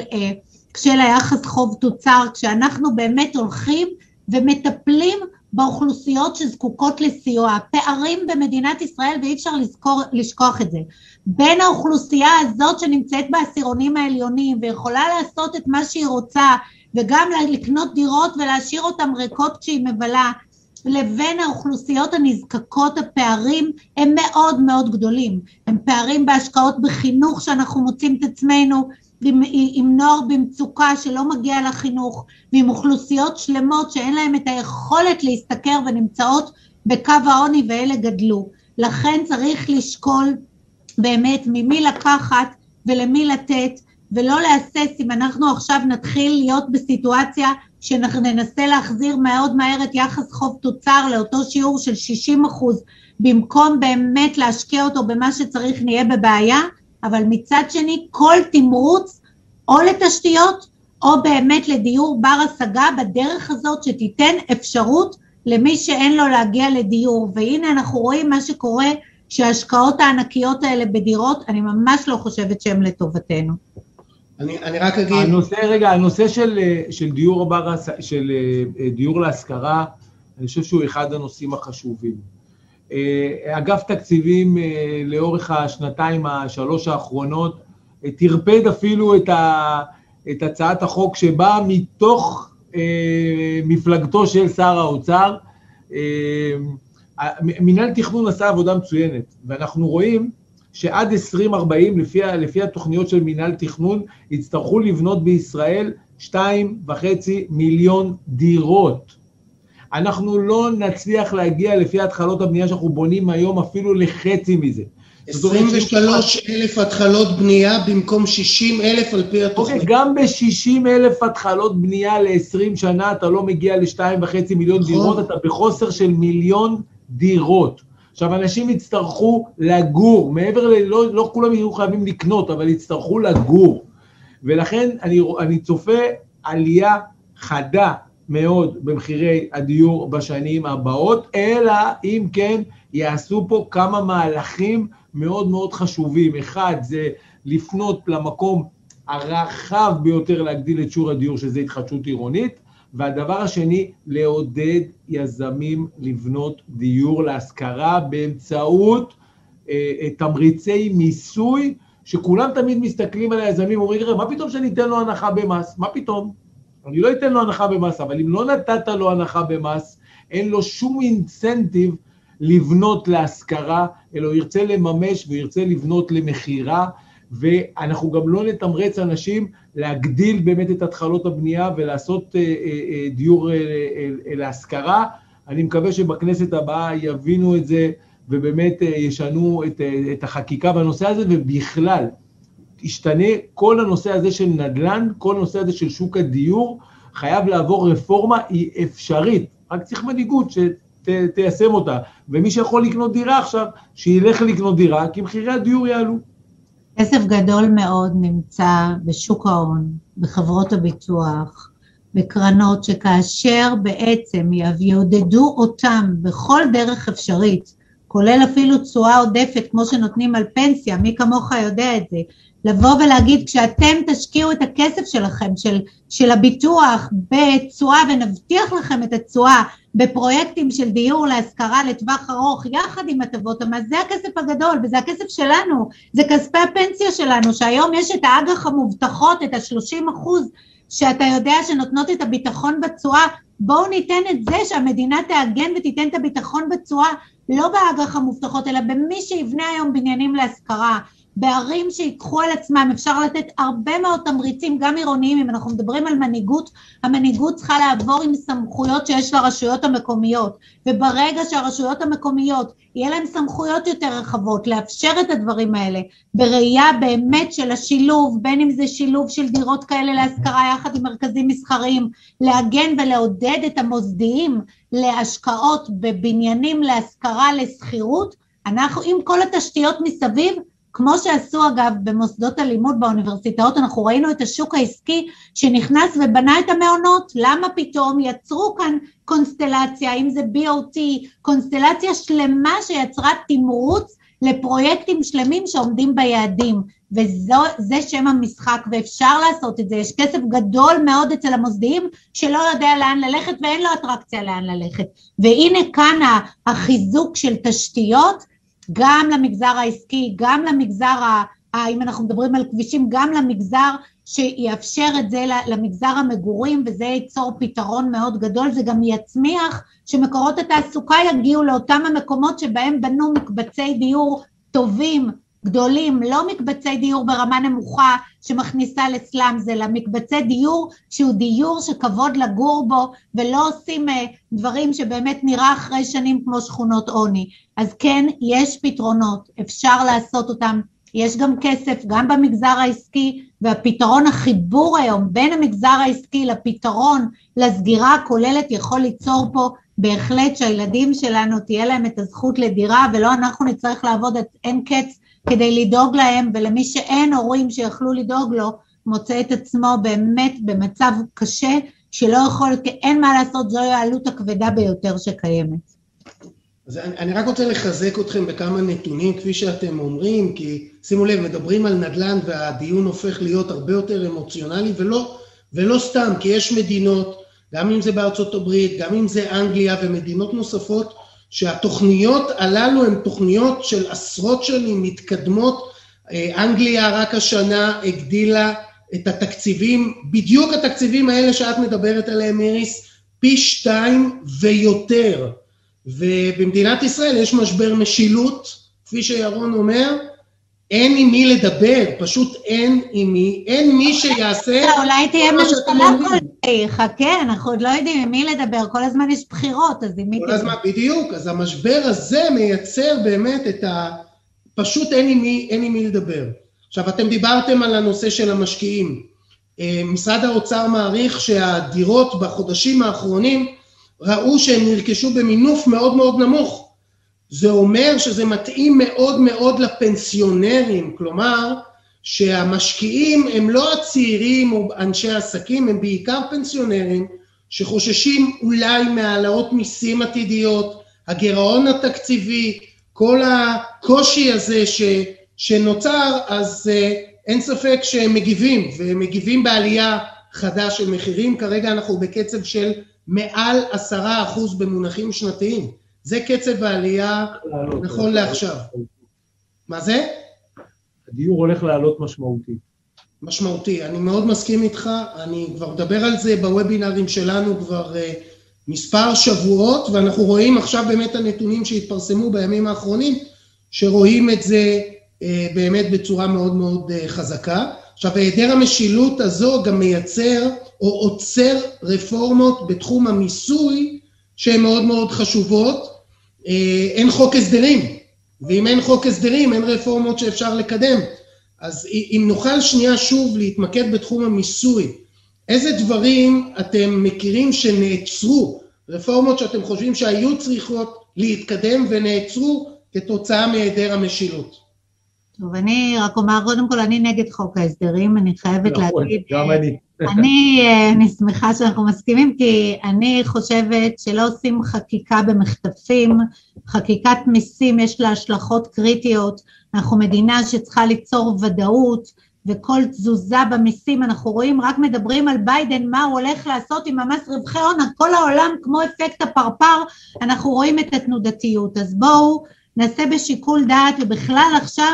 של היחס חוב תוצר, כשאנחנו באמת הולכים ומטפלים באוכלוסיות שזקוקות לסיוע. הפערים במדינת ישראל, ואי אפשר לשכוח את זה, בין האוכלוסייה הזאת שנמצאת בעשירונים העליונים ויכולה לעשות את מה שהיא רוצה, וגם לקנות דירות ולהשאיר אותם ריקות כשהיא מבלה, לבין האוכלוסיות הנזקקות, הפערים הם מאוד מאוד גדולים. הם פערים בהשקעות בחינוך שאנחנו מוצאים את עצמנו עם נוער במצוקה שלא מגיע לחינוך, ועם אוכלוסיות שלמות שאין להם את היכולת להסתכר ונמצאות בקו העוני ואלה גדלו. לכן צריך לשקול באמת ממי לקחת ולמי לתת, ולא להסס אם אנחנו עכשיו נתחיל להיות בסיטואציה שננסה להחזיר מאוד מהר את יחס חוב תוצר לאותו שיעור של 60%, במקום באמת להשקיע אותו במה שצריך נהיה בבעיה, אבל מצד שני כל תמרוץ או לתשתיות או באמת לדיור בר השגה בדרך הזאת שתיתן אפשרות למי שאין לו להגיע לדיור. והנה אנחנו רואים מה שקורה שההשקעות הענקיות האלה בדירות, אני ממש לא חושבת שהן לטובתנו. אני רק אגיד... הנושא של דיור להשכרה, אני חושב שהוא אחד הנושאים החשובים. אגף תקציבים לאורך השנתיים, השלוש האחרונות, תרפד אפילו את הצעת החוק שבאה מתוך מפלגתו של שר האוצר. מינהל תכנון עשה עבודה מצוינת, ואנחנו רואים שעד 2040, לפי התוכניות של מינהל תכנון, יצטרכו לבנות בישראל 2.5 מיליון דירות. אנחנו לא נצליח להגיע לפי התחלות הבנייה שאנחנו בונים היום אפילו לחצי מזה. 23,000 התחלות בנייה במקום 60,000 על פי התוכנית. גם ב-60,000 התחלות בנייה ל-20 שנה, אתה לא מגיע ל2.5 מיליון דירות, אתה בחוסר של 1,000,000 דירות. עכשיו, אנשים יצטרכו לגור, מעבר לא כולם יהיו חייבים לקנות, אבל יצטרכו לגור. ולכן אני צופה עלייה חדה מאוד במחירי הדיור בשנים הבאות, אלא אם כן יעשו פה כמה מהלכים מאוד מאוד חשובים. אחד, זה לפנות למקום הרחב ביותר להגדיל את שיעור הדיור, שזה התחדשות עירונית, והדבר השני, לעודד יזמים לבנות דיור להשכרה באמצעות תמריצי מיסוי, שכולם תמיד מסתכלים על היזמים, אומרים, מה פתאום שאני אתן לו הנחה במס? מה פתאום? אני לא אתן לו הנחה במס, אבל אם לא נתת לו הנחה במס, אין לו שום אינסנטיב לבנות להשכרה, אלא הוא ירצה לממש וירצה לבנות למחירה, ואנחנו גם לא נתמרץ אנשים להגדיל באמת את התחלות הבנייה ולעשות דיור להשכרה. אני מקווה שבכנסת הבאה יבינו את זה, ובאמת ישנו את החקיקה בנושא הזה, ובכלל ישתנה כל הנושא הזה של נדל"ן, כל הנושא הזה של שוק הדיור, חייב לעבור רפורמה, היא אפשרית, רק צריך מנהיגות שתיישם אותה, ומי שיכול לקנות דירה עכשיו, שילך לקנות דירה, כי מחירי הדיור יעלו. כסף גדול מאוד נמצא בשוק ההון, בחברות הביטוח, בקרנות שכאשר בעצם יעודדו אותם בכל דרך אפשרית, כולל אפילו תשואה עודפת כמו שנותנים על פנסיה, מי כמוך יודע את זה, לבוא ולהגיד כשאתם תשקיעו את הכסף שלכם, של הביטוח בתשואה ונבטיח לכם את התשואה בפרויקטים של דיור להשכרה לטווח ארוך יחד עם הטבות המס, זה הכסף הגדול וזה הכסף שלנו, זה כספי הפנסיה שלנו, שהיום יש את האג"ח המובטחות, את ה-30% שאתה יודע שנותנות את הביטחון בתשואה, בואו ניתן את זה שהמדינה תאגן ותיתן את הביטחון בתשואה, לא באג"ח המובטחות אלא במי שיבנה היום בניינים להשכרה, בערים שיקחו על עצמם, אפשר לתת הרבה מאוד תמריצים, גם עירוניים, אם אנחנו מדברים על מנהיגות, המנהיגות צריכה לעבור עם סמכויות שיש לרשויות המקומיות, וברגע שהרשויות המקומיות, יהיה להם סמכויות יותר רחבות, לאפשר את הדברים האלה, בראייה באמת של השילוב, בין אם זה שילוב של דירות כאלה להשכרה, יחד עם מרכזים מסחריים, להגן ולעודד את המוסדיים, להשקעות בבניינים להשכרה לסחירות, אנחנו עם כל התשתיות מסביב, כמו שעשו אגב במוסדות הלימוד באוניברסיטאות, אנחנו ראינו את השוק העסקי שנכנס ובנה את המעונות, למה פתאום יצרו כאן קונסטלציה, אם זה BOT, קונסטלציה שלמה שיצרה תמרוץ לפרויקטים שלמים שעומדים ביעדים, וזה שם המשחק ואפשר לעשות את זה, יש כסף גדול מאוד אצל המוסדיים שלא יודע לאן ללכת ואין לו אטרקציה לאן ללכת, והנה כאן החיזוק של תשתיות, גם למגזר העסקי, גם למגזר, אם אנחנו מדברים על כבישים, גם למגזר שיאפשר את זה למגזר המגורים, וזה ייצור פתרון מאוד גדול, זה גם יצמיח שמקורות התעסוקה יגיעו לאותם המקומות שבהם בנו מקבצי דיור טובים, גדולים, לא מקבצי דיור ברמה נמוכה שמכניסה לסלאם, זה למקבצי דיור שהוא דיור שכבוד לגור בו, ולא עושים דברים שבאמת נראה אחרי שנים כמו שכונות עוני. אז כן, יש פתרונות, אפשר לעשות אותם, יש גם כסף, גם במגזר העסקי, והפתרון החיבור היום בין המגזר העסקי לפתרון, לסגירה הכוללת, יכול ליצור פה בהחלט שהילדים שלנו תהיה להם את הזכות לדירה, ולא אנחנו נצטרך לעבוד את אין קץ, כדי לדאוג להם, ולמי שאין הורים שיכלו לדאוג לו, מוצא את עצמו באמת במצב קשה, שלא יכול, כי אין מה לעשות, זו העלות הכבדה ביותר שקיימת. אז אני רק רוצה לחזק אתכם בכמה נתונים, כפי שאתם אומרים, כי שימו לב, מדברים על נדל"ן, והדיון הופך להיות הרבה יותר אמוציונלי, ולא סתם, כי יש מדינות, גם אם זה בארצות הברית, גם אם זה אנגליה ומדינות נוספות, שהתוכניות הללו הן תוכניות של עשרות שנים מתקדמות. אנגליה רק השנה הגדילה את התקציבים, בדיוק התקציבים האלה שאת מדברת עליהם איריס, פי 2 ויותר. ובמדינת ישראל יש משבר משילות, כפי שירון אומר, אין עם מי לדבר, פשוט אין עם מי, אין מי שיעשה... אולי תהיה ממשלה כלשהי, חכה, אנחנו עוד לא יודעים עם מי לדבר, כל הזמן יש בחירות, אז עם מי... כל הזמן, בדיוק, אז המשבר הזה מייצר באמת את פשוט אין עם מי לדבר. עכשיו, אתם דיברתם על הנושא של המשקיעים. משרד האוצר מעריך שהדירות בחודשים האחרונים ראו שהם נרכשו במינוף מאוד מאוד נמוך. זה אומר שזה מתאים מאוד מאוד לפנסיונרים, כלומר שהמשקיעים הם לא הצעירים או אנשי עסקים, הם בעיקר פנסיונרים שחוששים אולי מהעלאות מיסים עתידיות, הגירעון התקציבי, כל הקושי הזה שנוצר, אז אין ספק שהם מגיבים, והם מגיבים בעלייה חדה של מחירים. כרגע אנחנו בקצב של מעל 10% במונחים שנתיים. זה קצב העלייה נכון לעכשיו. מה זה? הדיור הולך לעלות משמעותי. משמעותי, אני מאוד מסכים איתך, אני כבר מדבר על זה בוובינרים שלנו כבר מספר שבועות, ואנחנו רואים עכשיו באמת הנתונים שהתפרסמו בימים האחרונים, שרואים את זה באמת בצורה מאוד מאוד חזקה. עכשיו, היעדר המשילות הזו גם מייצר או עוצר רפורמות בתחום המיסוי, שהן מאוד מאוד חשובות. אין חוק הסדרים, ואם אין חוק הסדרים, אין רפורמות שאפשר לקדם. אז אם נוכל שנייה שוב להתמקד בתחום המיסוי, איזה דברים אתם מכירים שנעצרו, רפורמות שאתם חושבים שהיו צריכות להתקדם ונעצרו כתוצאה מהיעדר המשילות? טוב, אני רק אומר, קודם כל, אני נגד חוק ההסדרים, אני חייבת להגיד, גם אני. אני שמחה שאנחנו מסכימים, כי אני חושבת שלא עושים חקיקה במחטפים, חקיקת מיסים יש לה השלכות קריטיות, אנחנו מדינה שצריכה ליצור ודאות, וכל תזוזה במיסים, אנחנו רואים, רק מדברים על ביידן, מה הוא הולך לעשות עם המס רווחי הון, כל העולם כמו אפקט הפרפר, אנחנו רואים את התנודתיות, אז בואו נעשה בשיקול דעת, ובכלל עכשיו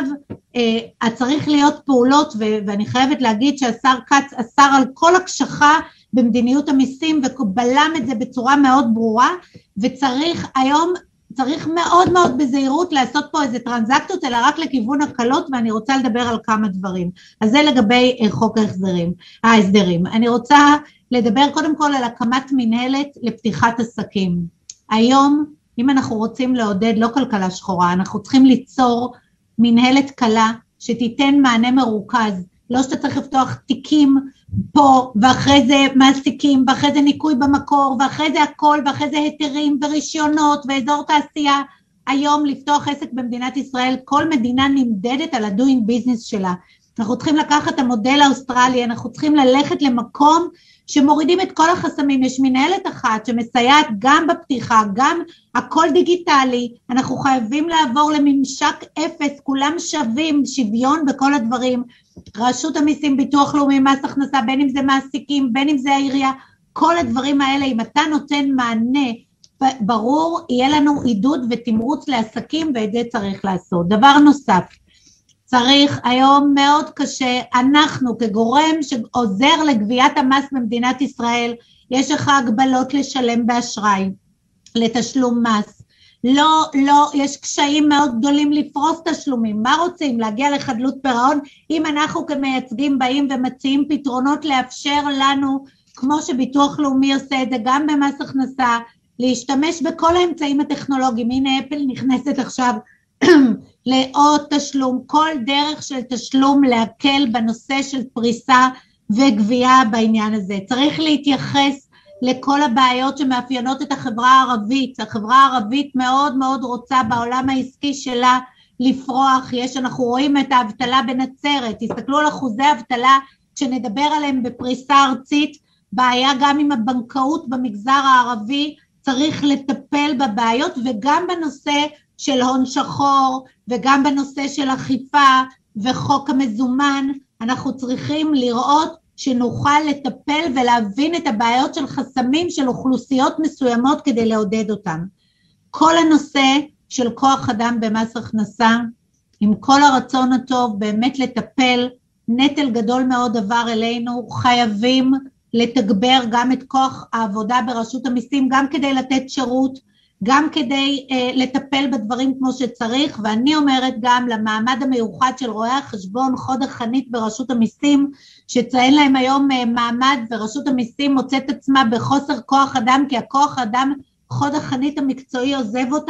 צריך להיות פעולות, ואני חייבת להגיד שהשר קץ אסר על כל הקשחה במדיניות המיסים, ובלם את זה בצורה מאוד ברורה, וצריך היום, צריך מאוד מאוד בזהירות לעשות פה איזה טרנזקציות, אלא רק לכיוון הקלות, ואני רוצה לדבר על כמה דברים. אז זה לגבי חוק ההסדרים. אני רוצה לדבר קודם כל על הקמת מנהלת לפתיחת עסקים. היום, אם אנחנו רוצים לעודד לא כלכלה שחורה, אנחנו צריכים ליצור מנהלת קלה שתיתן מענה מרוכז, לא שאתה צריך לפתוח תיקים פה, ואחרי זה מעסיקים, ואחרי זה ניקוי במקור, ואחרי זה הכל, ואחרי זה היתרים ורישיונות ואזור תעשייה. היום לפתוח עסק במדינת ישראל, כל מדינה נמדדת על ה-doing business שלה. אנחנו צריכים לקחת את המודל האוסטרלי, אנחנו צריכים ללכת למקום שמורידים את כל החסמים. יש מנהלת אחת שמסייעת גם בפתיחה, גם הכל דיגיטלי, אנחנו חייבים לעבור לממשק אפס, כולם שווים, שוויון בכל הדברים, רשות המיסים, ביטוח לאומי, מס הכנסה, בין אם זה מעסיקים, בין אם זה העירייה, כל הדברים האלה, אם אתה נותן מענה ברור, יהיה לנו עידוד ותמרוץ לעסקים, ואת זה צריך לעשות. דבר נוסף, צריך היום מאוד קשה, אנחנו כגורם שעוזר לגביית המס במדינת ישראל, יש לך הגבלות לשלם באשראי, לתשלום מס, לא, יש קשיים מאוד גדולים לפרוס תשלומים, מה רוצים? להגיע לחדלות פירעון? אם אנחנו כמייצגים באים ומציעים פתרונות לאפשר לנו, כמו שביטוח לאומי עושה את זה, גם במס הכנסה, להשתמש בכל האמצעים הטכנולוגיים, הנה אפל נכנסת עכשיו, לעוד תשלום, כל דרך של תשלום להקל בנושא של פריסה וגבייה בעניין הזה. צריך להתייחס לכל הבעיות שמאפיינות את החברה הערבית. החברה הערבית מאוד מאוד רוצה בעולם העסקי שלה לפרוח. אנחנו רואים את האבטלה בנצרת, תסתכלו על אחוזי האבטלה שנדבר עליהם בפריסה ארצית, בעיה גם עם הבנקאות במגזר הערבי, צריך לטפל בבעיות וגם בנושא של הון שחור, וגם בנושא של אכיפה וחוק המזומן, אנחנו צריכים לראות שנוכל לטפל ולהבין את הבעיות של חסמים של אוכלוסיות מסוימות כדי לעודד אותם. כל הנושא של כוח אדם במס הכנסה, עם כל הרצון הטוב באמת לטפל, נטל גדול מאוד עבר אלינו, חייבים לתגבר גם את כוח העבודה ברשות המיסים, גם כדי לתת שירות, גם כדי לטפל בדברים כמו שצריך, ואני אומרת גם למעמד המיוחד של רואי החשבון, חוד החנית ברשות המיסים, שציין להם היום מעמד, ורשות המיסים מוצאת עצמה בחוסר כוח אדם, כי הכוח אדם, חוד החנית המקצועי עוזב אותה,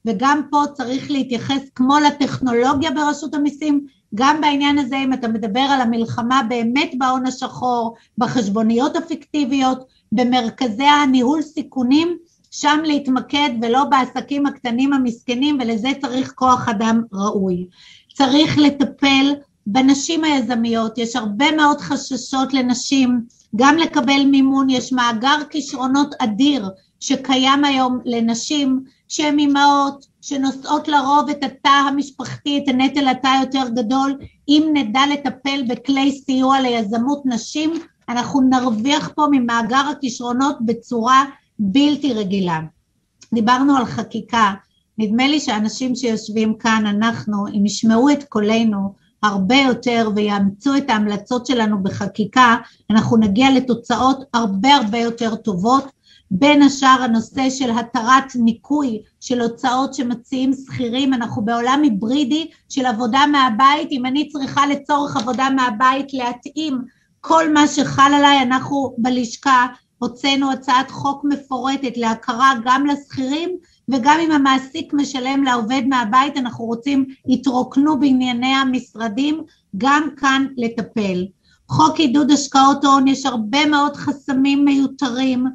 וגם פה צריך להתייחס כמו לטכנולוגיה ברשות המיסים, גם בעניין הזה אם אתה מדבר על המלחמה באמת בהון השחור, בחשבוניות הפיקטיביות, במרכזי הניהול סיכונים, שם להתמקד ולא בעסקים הקטנים המסכנים, ולזה צריך כוח אדם ראוי. צריך לטפל בנשים היזמיות, יש הרבה מאוד חששות לנשים, גם לקבל מימון, יש מאגר כישרונות אדיר שקיים היום לנשים, שהן אימהות, שנושאות לרוב את התא המשפחתי, את הנטל התא יותר גדול, אם נדע לטפל בכלי סיוע ליזמות נשים, אנחנו נרוויח פה ממאגר הכישרונות בצורה בלתי רגילה. דיברנו על חקיקה, נדמה לי שאנשים שיושבים כאן, אנחנו, אם ישמעו את קולנו הרבה יותר ויאמצו את ההמלצות שלנו בחקיקה, אנחנו נגיע לתוצאות הרבה יותר טובות, בין השאר הנושא של התרת ניכוי של הוצאות שמציעים שכירים, אנחנו בעולם היברידי של עבודה מהבית, אם אני צריכה לצורך עבודה מהבית להתאים כל מה שחל עליי, אנחנו בלשכה הוצאנו הצעת חוק מפורטת להכרה גם לשכירים, וגם אם המעסיק משלם לעובד מהבית, אנחנו רוצים יתרוקנו בענייני המשרדים, גם כאן לטפל. חוק עידוד השקעות הון, יש הרבה מאוד חסמים מיותרים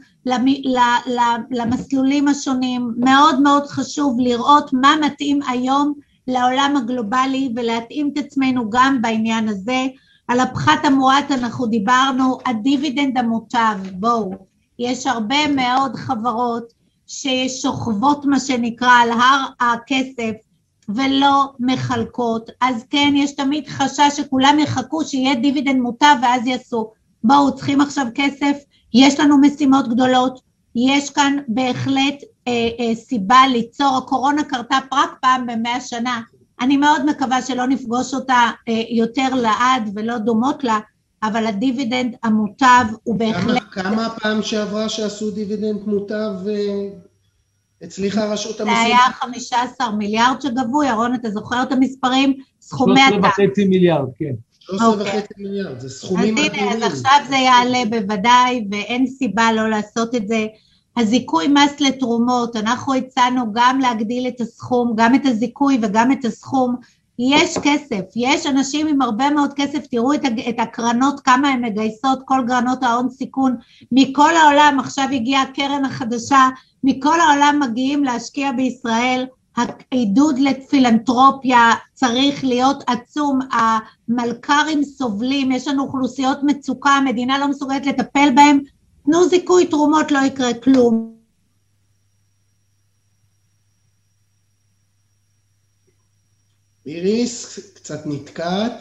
למסלולים השונים, מאוד מאוד חשוב לראות מה מתאים היום לעולם הגלובלי, ולהתאים את עצמנו גם בעניין הזה. על הפחת המועט אנחנו דיברנו, הדיבידנד המוטב, בואו, יש הרבה מאוד חברות ששוכבות מה שנקרא על הר הכסף ולא מחלקות, אז כן יש תמיד חשש שכולם יחכו שיהיה דיבידנד מוטב ואז יעשו, בואו צריכים עכשיו כסף, יש לנו משימות גדולות, יש כאן בהחלט סיבה ליצור, הקורונה קרתה רק פעם ב100 שנה, אני מאוד מקווה שלא נפגוש אותה יותר לעד ולא דומות לה, אבל הדיבידנד המוטב הוא בהחלט... כמה הפעם שעברה שעשו דיבידנד מוטב הצליחה רשות המיסים? זה היה 15 מיליארד שגבו, ירון, אתה זוכר את המספרים? סכומי עתק. 13.5 מיליארד, כן. 13.5 מיליארד, זה סכומים אדירים. אז עכשיו זה יעלה בוודאי, ואין סיבה לא לעשות את זה. הזיכוי מס לתרומות, אנחנו הצענו גם להגדיל את הסכום, גם את הזיכוי וגם את הסכום, יש כסף, יש אנשים עם הרבה מאוד כסף, תראו את הקרנות, כמה הן מגייסות, כל קרנות ההון סיכון, מכל העולם, עכשיו הגיעה הקרן החדשה, מכל העולם מגיעים להשקיע בישראל, העידוד לפילנטרופיה צריך להיות עצום, המלכ"רים סובלים, יש לנו אוכלוסיות מצוקה, המדינה לא מסוגלת לטפל בהם, תנו זיכוי תרומות, לא יקרה כלום. איריס, קצת נתקעת.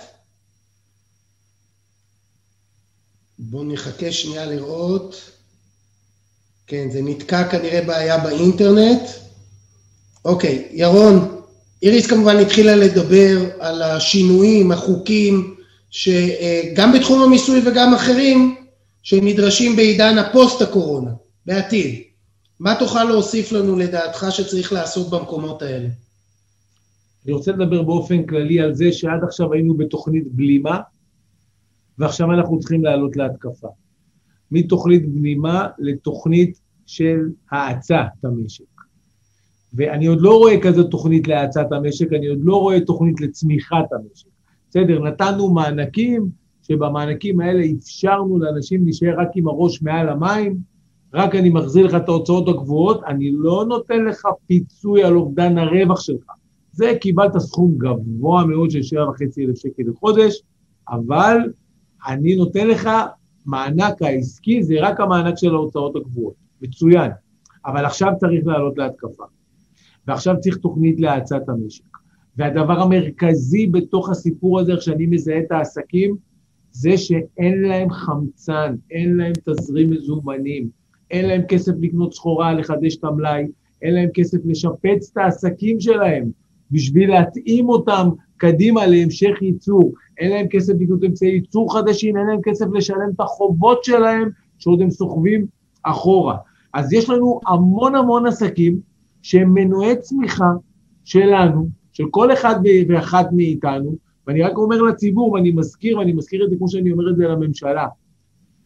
בואו נחכה שנייה לראות. כן, זה נתקע כנראה בעיה באינטרנט. אוקיי, ירון, איריס כמובן התחילה לדבר על השינויים, החוקים, שגם בתחום המיסוי וגם אחרים, שנדרשים בעידן הפוסט הקורונה, בעתיד. מה תוכל להוסיף לנו לדעתך שצריך לעשות במקומות האלה? אני רוצה לדבר באופן כללי על זה שעד עכשיו היינו בתוכנית בלימה, ועכשיו אנחנו צריכים לעלות להתקפה. מתוכנית בלימה לתוכנית של האצת המשק. ואני עוד לא רואה כזה תוכנית להאצת המשק, אני עוד לא רואה תוכנית לצמיחת המשק. בסדר, נתנו מענקים, שבמענקים האלה אפשרנו לאנשים להישאר רק עם הראש מעל המים, רק אני מחזיר לך את ההוצאות הגבוהות, אני לא נותן לך פיצוי על אובדן הרווח שלך. זה קיבלת סכום גבוה מאוד של 7,500 שקל לחודש, אבל אני נותן לך מענק העסקי, זה רק המענק של ההוצאות הגבוהות, מצוין. אבל עכשיו צריך לעלות להתקפה, ועכשיו צריך תוכנית להאצת המשק. והדבר המרכזי בתוך הסיפור הזה, כשאני מזהה את העסקים, זה שאין להם חמצן, אין להם תזרים מזומנים, אין להם כסף לקנות סחורה, לחדש את המלאי, אין להם כסף לשפץ את העסקים שלהם, בשביל להתאים אותם קדימה להמשך ייצור, אין להם כסף לקנות אמצעי ייצור חדשים, אין להם כסף לשלם את החובות שלהם, שעוד הם סוחבים אחורה. אז יש לנו המון עסקים, שהם מנועי צמיחה שלנו, של כל אחד ואחת מאיתנו, ואני רק אומר לציבור, ואני מזכיר את זה כמו שאני אומר את זה לממשלה,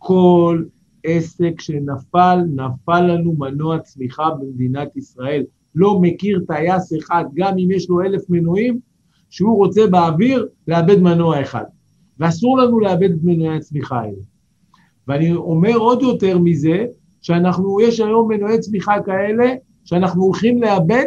כל עסק שנפל, נפל לנו מנוע צמיחה במדינת ישראל, לא מכיר טייס אחד, גם אם יש לו 1,000 מנועים, שהוא רוצה באוויר לאבד מנוע אחד. ואסור לנו לאבד את מנועי הצמיחה האלה. ואני אומר עוד יותר מזה, יש היום מנועי צמיחה כאלה, שאנחנו הולכים לאבד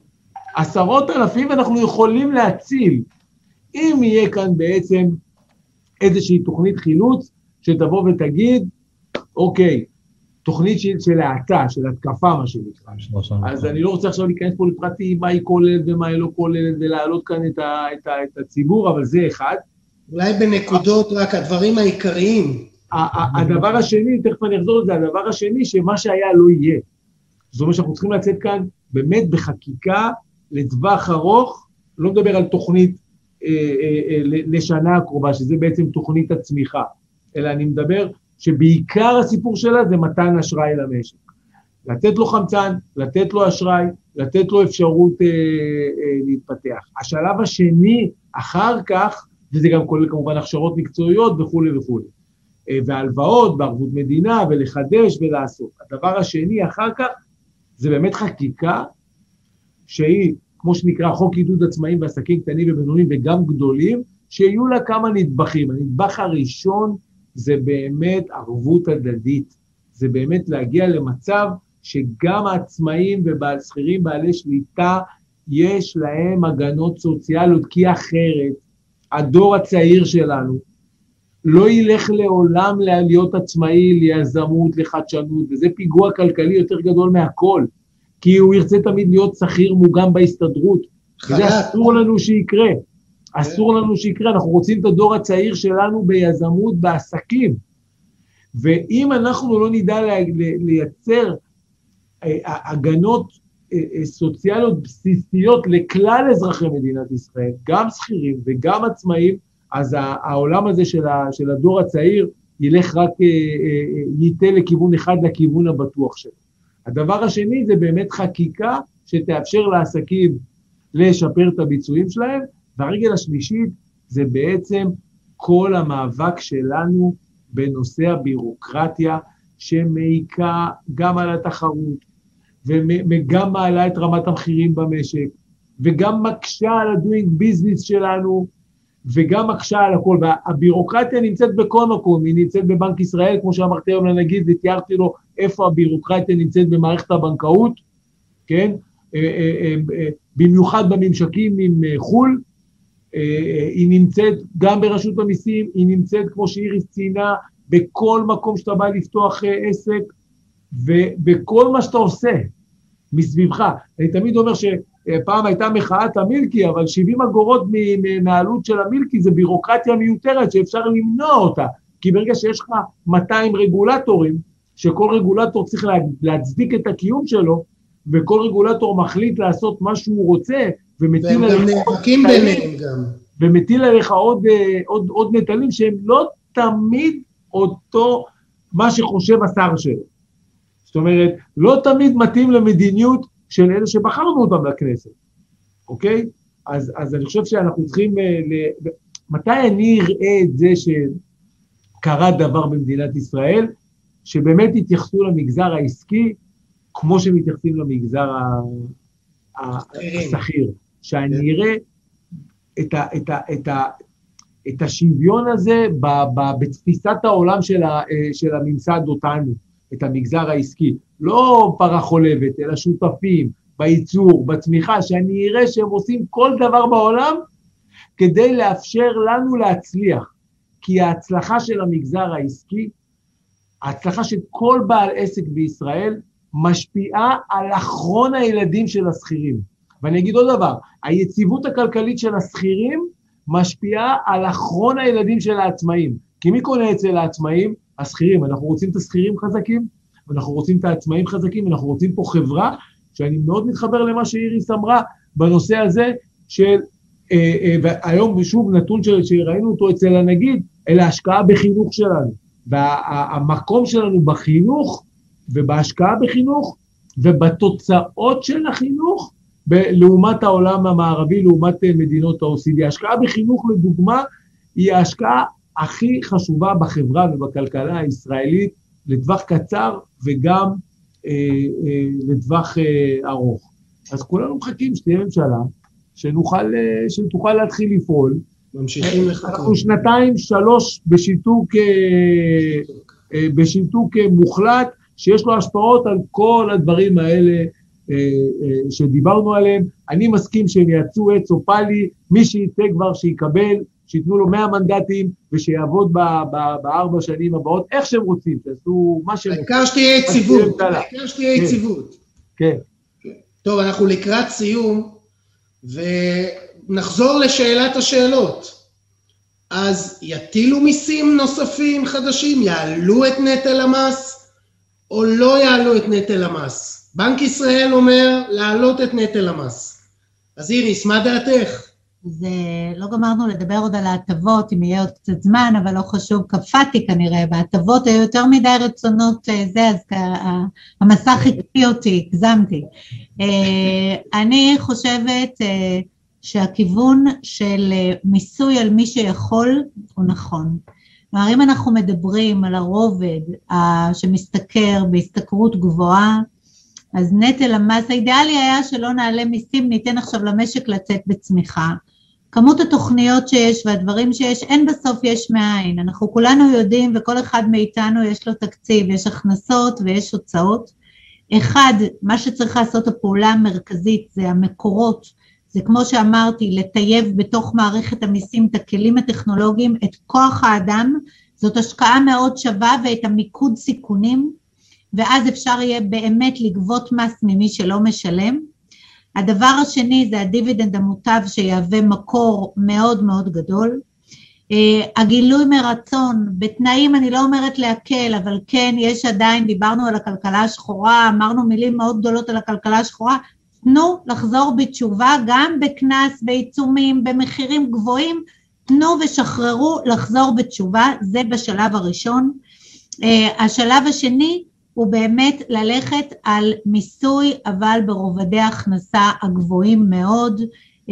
10,000 ואנחנו יכולים להציל. אם יהיה כאן בעצם איזושהי תוכנית חילוץ, שתבוא ותגיד, אוקיי, תוכנית של האטה, של התקפה, מה שנקרא. אז אני לא רוצה עכשיו להיכנס פה לפרטים, מה היא כוללת ומה היא לא כוללת, ולהעלות כאן את הציבור, אבל זה אחד. אולי בנקודות רק הדברים העיקריים. הדבר השני, תכף אני אחזור לזה, הדבר השני, שמה שהיה לא יהיה. זאת אומרת שאנחנו צריכים לצאת כאן באמת בחקיקה לטווח ארוך, לא מדבר על תוכנית לשנה הקרובה, שזה בעצם תוכנית הצמיחה, אלא אני מדבר שבעיקר הסיפור שלה זה מתן אשראי למשק. לתת לו חמצן, לתת לו אשראי, לתת לו אפשרות להתפתח. השלב השני אחר כך, וזה גם כולל כמובן הכשרות מקצועיות וכו' וכו'. והלוואות בערבות מדינה ולחדש ולעשות. הדבר השני אחר כך, זה באמת חקיקה שהיא, כמו שנקרא, חוק עידוד עצמאים ועסקים קטנים ובינוניים וגם גדולים, שיהיו לה כמה נדבכים. הנדבך הראשון זה באמת ערבות הדדית. זה באמת להגיע למצב שגם העצמאים והשכירים בעלי שליטה, יש להם הגנות סוציאליות, כי אחרת הדור הצעיר שלנו לא ילך לעולם להיות עצמאי, ליזמות, לחדשנות, וזה פיגוע כלכלי יותר גדול מהכל, כי הוא ירצה תמיד להיות שכיר מוגן בהסתדרות, וזה אסור לנו שיקרה, אסור לנו שיקרה, אנחנו רוצים את הדור הצעיר שלנו ביזמות, בעסקים, ואם אנחנו לא נדע לייצר הגנות סוציאליות בסיסיות לכלל אזרחי מדינת ישראל, גם שכירים וגם עצמאים, אז העולם הזה של הדור הצעיר ילך רק, ייתה לכיוון אחד, לכיוון הבטוח שלו. הדבר השני זה באמת חקיקה שתאפשר לעסקים לשפר את הביצועים שלהם, והרגל השלישית זה בעצם כל המאבק שלנו בנושא הבירוקרטיה, שמעיקה גם על התחרות, וגם מעלה את רמת המחירים במשק, וגם מקשה על ה-doing business שלנו, וגם מקשה על הכל, והבירוקרטיה נמצאת בכל מקום, היא נמצאת בבנק ישראל, כמו שאמרתי היום לנגיד, ותיארתי לו איפה הבירוקרטיה נמצאת במערכת הבנקאות, כן? במיוחד בממשקים עם חול, היא נמצאת גם ברשות המיסים, היא נמצאת כמו שאיריס ציינה, בכל מקום שאתה בא לפתוח עסק, ובכל מה שאתה עושה מסביבך. אני תמיד אומר שפעם הייתה מחאת המילקי, אבל 70 אגורות מהעלות של המילקי זה בירוקרטיה מיותרת שאפשר למנוע אותה, כי ברגע שיש לך 200 רגולטורים, שכל רגולטור צריך להצדיק את הקיום שלו, וכל רגולטור מחליט לעשות מה שהוא רוצה, ומטיל עליך עוד נטלים שהם לא תמיד אותו מה שחושב השר שלו. זאת אומרת, לא תמיד מתאים למדיניות של אלה שבחרנו אותם לכנסת, אוקיי? אז אני חושב שאנחנו צריכים, מתי אני אראה את זה שקרה דבר במדינת ישראל, שבאמת התייחסו למגזר העסקי, כמו שמתייחסים למגזר השכיר, שאני אראה את השוויון הזה בתפיסת העולם של הממסד אותנו, את המגזר העסקי, לא פרה חולבת, אלא שותפים בייצור, בצמיחה, שאני אראה שהם עושים כל דבר בעולם, כדי לאפשר לנו להצליח, כי ההצלחה של המגזר העסקי, ההצלחה של כל בעל עסק בישראל, משפיעה על אחרון הילדים של השכירים. ואני אגיד עוד דבר, היציבות הכלכלית של השכירים, משפיעה על אחרון הילדים של העצמאים. כי מי קונה אצל העצמאים? השכירים. אנחנו רוצים את השכירים חזקים, ואנחנו רוצים את העצמאים חזקים, ואנחנו רוצים פה חברה, שאני מאוד מתחבר למה שאיריס אמרה, בנושא הזה של, והיום שוב נתון שראינו אותו אצל הנגיד, אלא השקעה בחינוך שלנו. והמקום שלנו בחינוך, ובהשקעה בחינוך, ובתוצאות של החינוך, לעומת העולם המערבי, לעומת מדינות ה-OECD. ההשקעה בחינוך, לדוגמה, היא ההשקעה הכי חשובה בחברה ובכלכלה הישראלית, לטווח קצר וגם לטווח ארוך. אז כולנו מחכים שתהיה ממשלה, שתוכל להתחיל לפעול. ממשיכים לחכות. אנחנו 2-3 בשיתוק מוחלט, שיש לו השפעות על כל הדברים האלה שדיברנו עליהם. אני מסכים שהם יצאו עץ או פלי, מי שיצא כבר שיקבל, שיתנו לו 100 מנדטים, ושיעבוד ב4 שנים הבאות, איך שהם רוצים, תעשו מה שהם רוצים. העיקר שתהיה יציבות. כן. טוב, אנחנו לקראת סיום, ונחזור לשאלת השאלות. אז יטילו מיסים נוספים חדשים, יעלו את נטל המס, או לא יעלו את נטל המס? בנק ישראל אומר להעלות את נטל המס. אז איריס, מה דעתך? אז לא גמרנו לדבר עוד על ההטבות, אם יהיה עוד קצת זמן, אבל לא חשוב, קפאתי כנראה, בהטבות היו יותר מדי רצונות אז המסך הקפיא אותי, הגזמתי. אני חושבת שהכיוון של מיסוי על מי שיכול הוא נכון. כלומר, אם אנחנו מדברים על הרובד שמשתכר בהשתכרות גבוהה, אז נטל המס האידיאלי היה שלא נעלה מיסים, ניתן עכשיו למשק לצאת בצמיחה. כמות התוכניות שיש והדברים שיש, אין בסוף יש מאין. אנחנו כולנו יודעים וכל אחד מאיתנו יש לו תקציב, יש הכנסות ויש הוצאות. אחד, מה שצריך לעשות הפעולה המרכזית זה המקורות, זה כמו שאמרתי, לטייב בתוך מערכת המיסים את הכלים הטכנולוגיים, את כוח האדם, זאת השקעה מאוד שווה ואת המיקוד סיכונים, ואז אפשר יהיה באמת לגבות מס ממי שלא משלם. הדבר השני זה הדיבידנד המוטב שיהווה מקור מאוד מאוד גדול. הגילוי מרצון, בתנאים אני לא אומרת להקל, אבל כן יש עדיין, דיברנו על הכלכלה השחורה, אמרנו מילים מאוד גדולות על הכלכלה השחורה, תנו לחזור בתשובה, גם בכנס, בעיצומים, במחירים גבוהים, תנו ושחררו לחזור בתשובה, זה בשלב הראשון. השלב השני, הוא באמת ללכת על מיסוי, אבל ברובדי ההכנסה הגבוהים מאוד,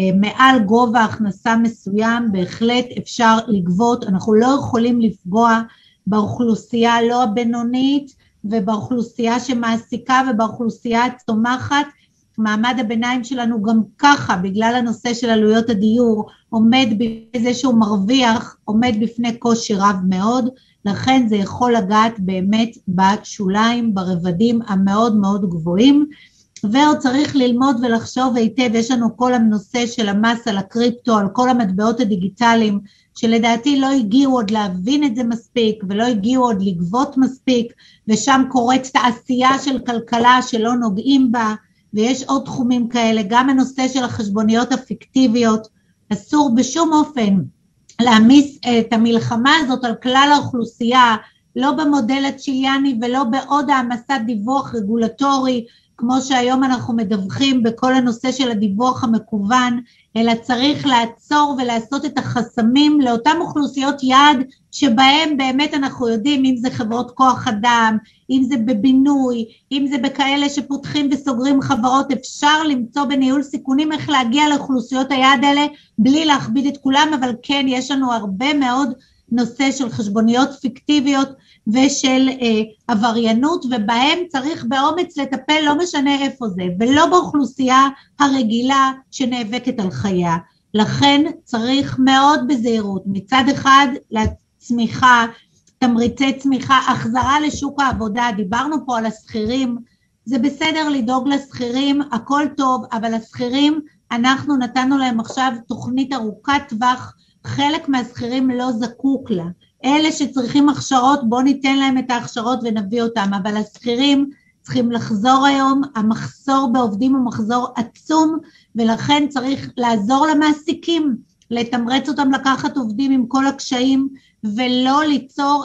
מעל גובה הכנסה מסוים, בהחלט אפשר לגבות, אנחנו לא יכולים לפגוע באוכלוסייה לא הבינונית, ובאוכלוסייה שמעסיקה ובאוכלוסייה הצומחת, מעמד הביניים שלנו גם ככה, בגלל הנושא של עלויות הדיור, עומד בזה שהוא מרוויח, עומד בפני קושי רב מאוד, לכן זה יכול לגעת באמת בשוליים, ברבדים המאוד מאוד גבוהים, ועוד צריך ללמוד ולחשוב היטב, יש לנו כל הנושא של המס על הקריפטו, על כל המטבעות הדיגיטליים, שלדעתי לא הגיעו עוד להבין את זה מספיק, ולא הגיעו עוד לגבות מספיק, ושם קורית תעשייה של כלכלה שלא נוגעים בה, ויש עוד תחומים כאלה, גם הנושא של החשבוניות הפיקטיביות, אסור בשום אופן להעמיס את המלחמה הזאת על כלל האוכלוסייה, לא במודל הצ'יליאני ולא בעוד העמסת דיווח רגולטורי, כמו שהיום אנחנו מדווחים בכל הנושא של הדיווח המקוון, אלא צריך לעצור ולעשות את החסמים לאותן אוכלוסיות יעד, שבהם באמת אנחנו יודעים, אם זה חברות כוח אדם, אם זה בבינוי, אם זה בכאלה שפותחים וסוגרים חברות, אפשר למצוא בניהול סיכונים איך להגיע לאוכלוסיות היעד האלה, בלי להכביד את כולם, אבל כן יש לנו הרבה מאוד נושא של חשבוניות פיקטיביות, ושל עבריינות, ובהם צריך באומץ לטפל, לא משנה איפה זה, ולא באוכלוסייה הרגילה שנאבקת על חייה. לכן צריך מאוד בזהירות, מצד אחד לצמיחה, תמריצי צמיחה, החזרה לשוק העבודה, דיברנו פה על השכירים, זה בסדר לדאוג לשכירים, הכל טוב, אבל השכירים, אנחנו נתנו להם עכשיו תוכנית ארוכת טווח, חלק מהשכירים לא זקוק לה, אלה שצריכים הכשרות, בוא ניתן להם את ההכשרות ונביא אותם, אבל השכירים צריכים לחזור היום, המחסור בעובדים הוא מחזור עצום, ולכן צריך לעזור למעסיקים, לתמרץ אותם לקחת עובדים עם כל הקשיים, ולא ליצור,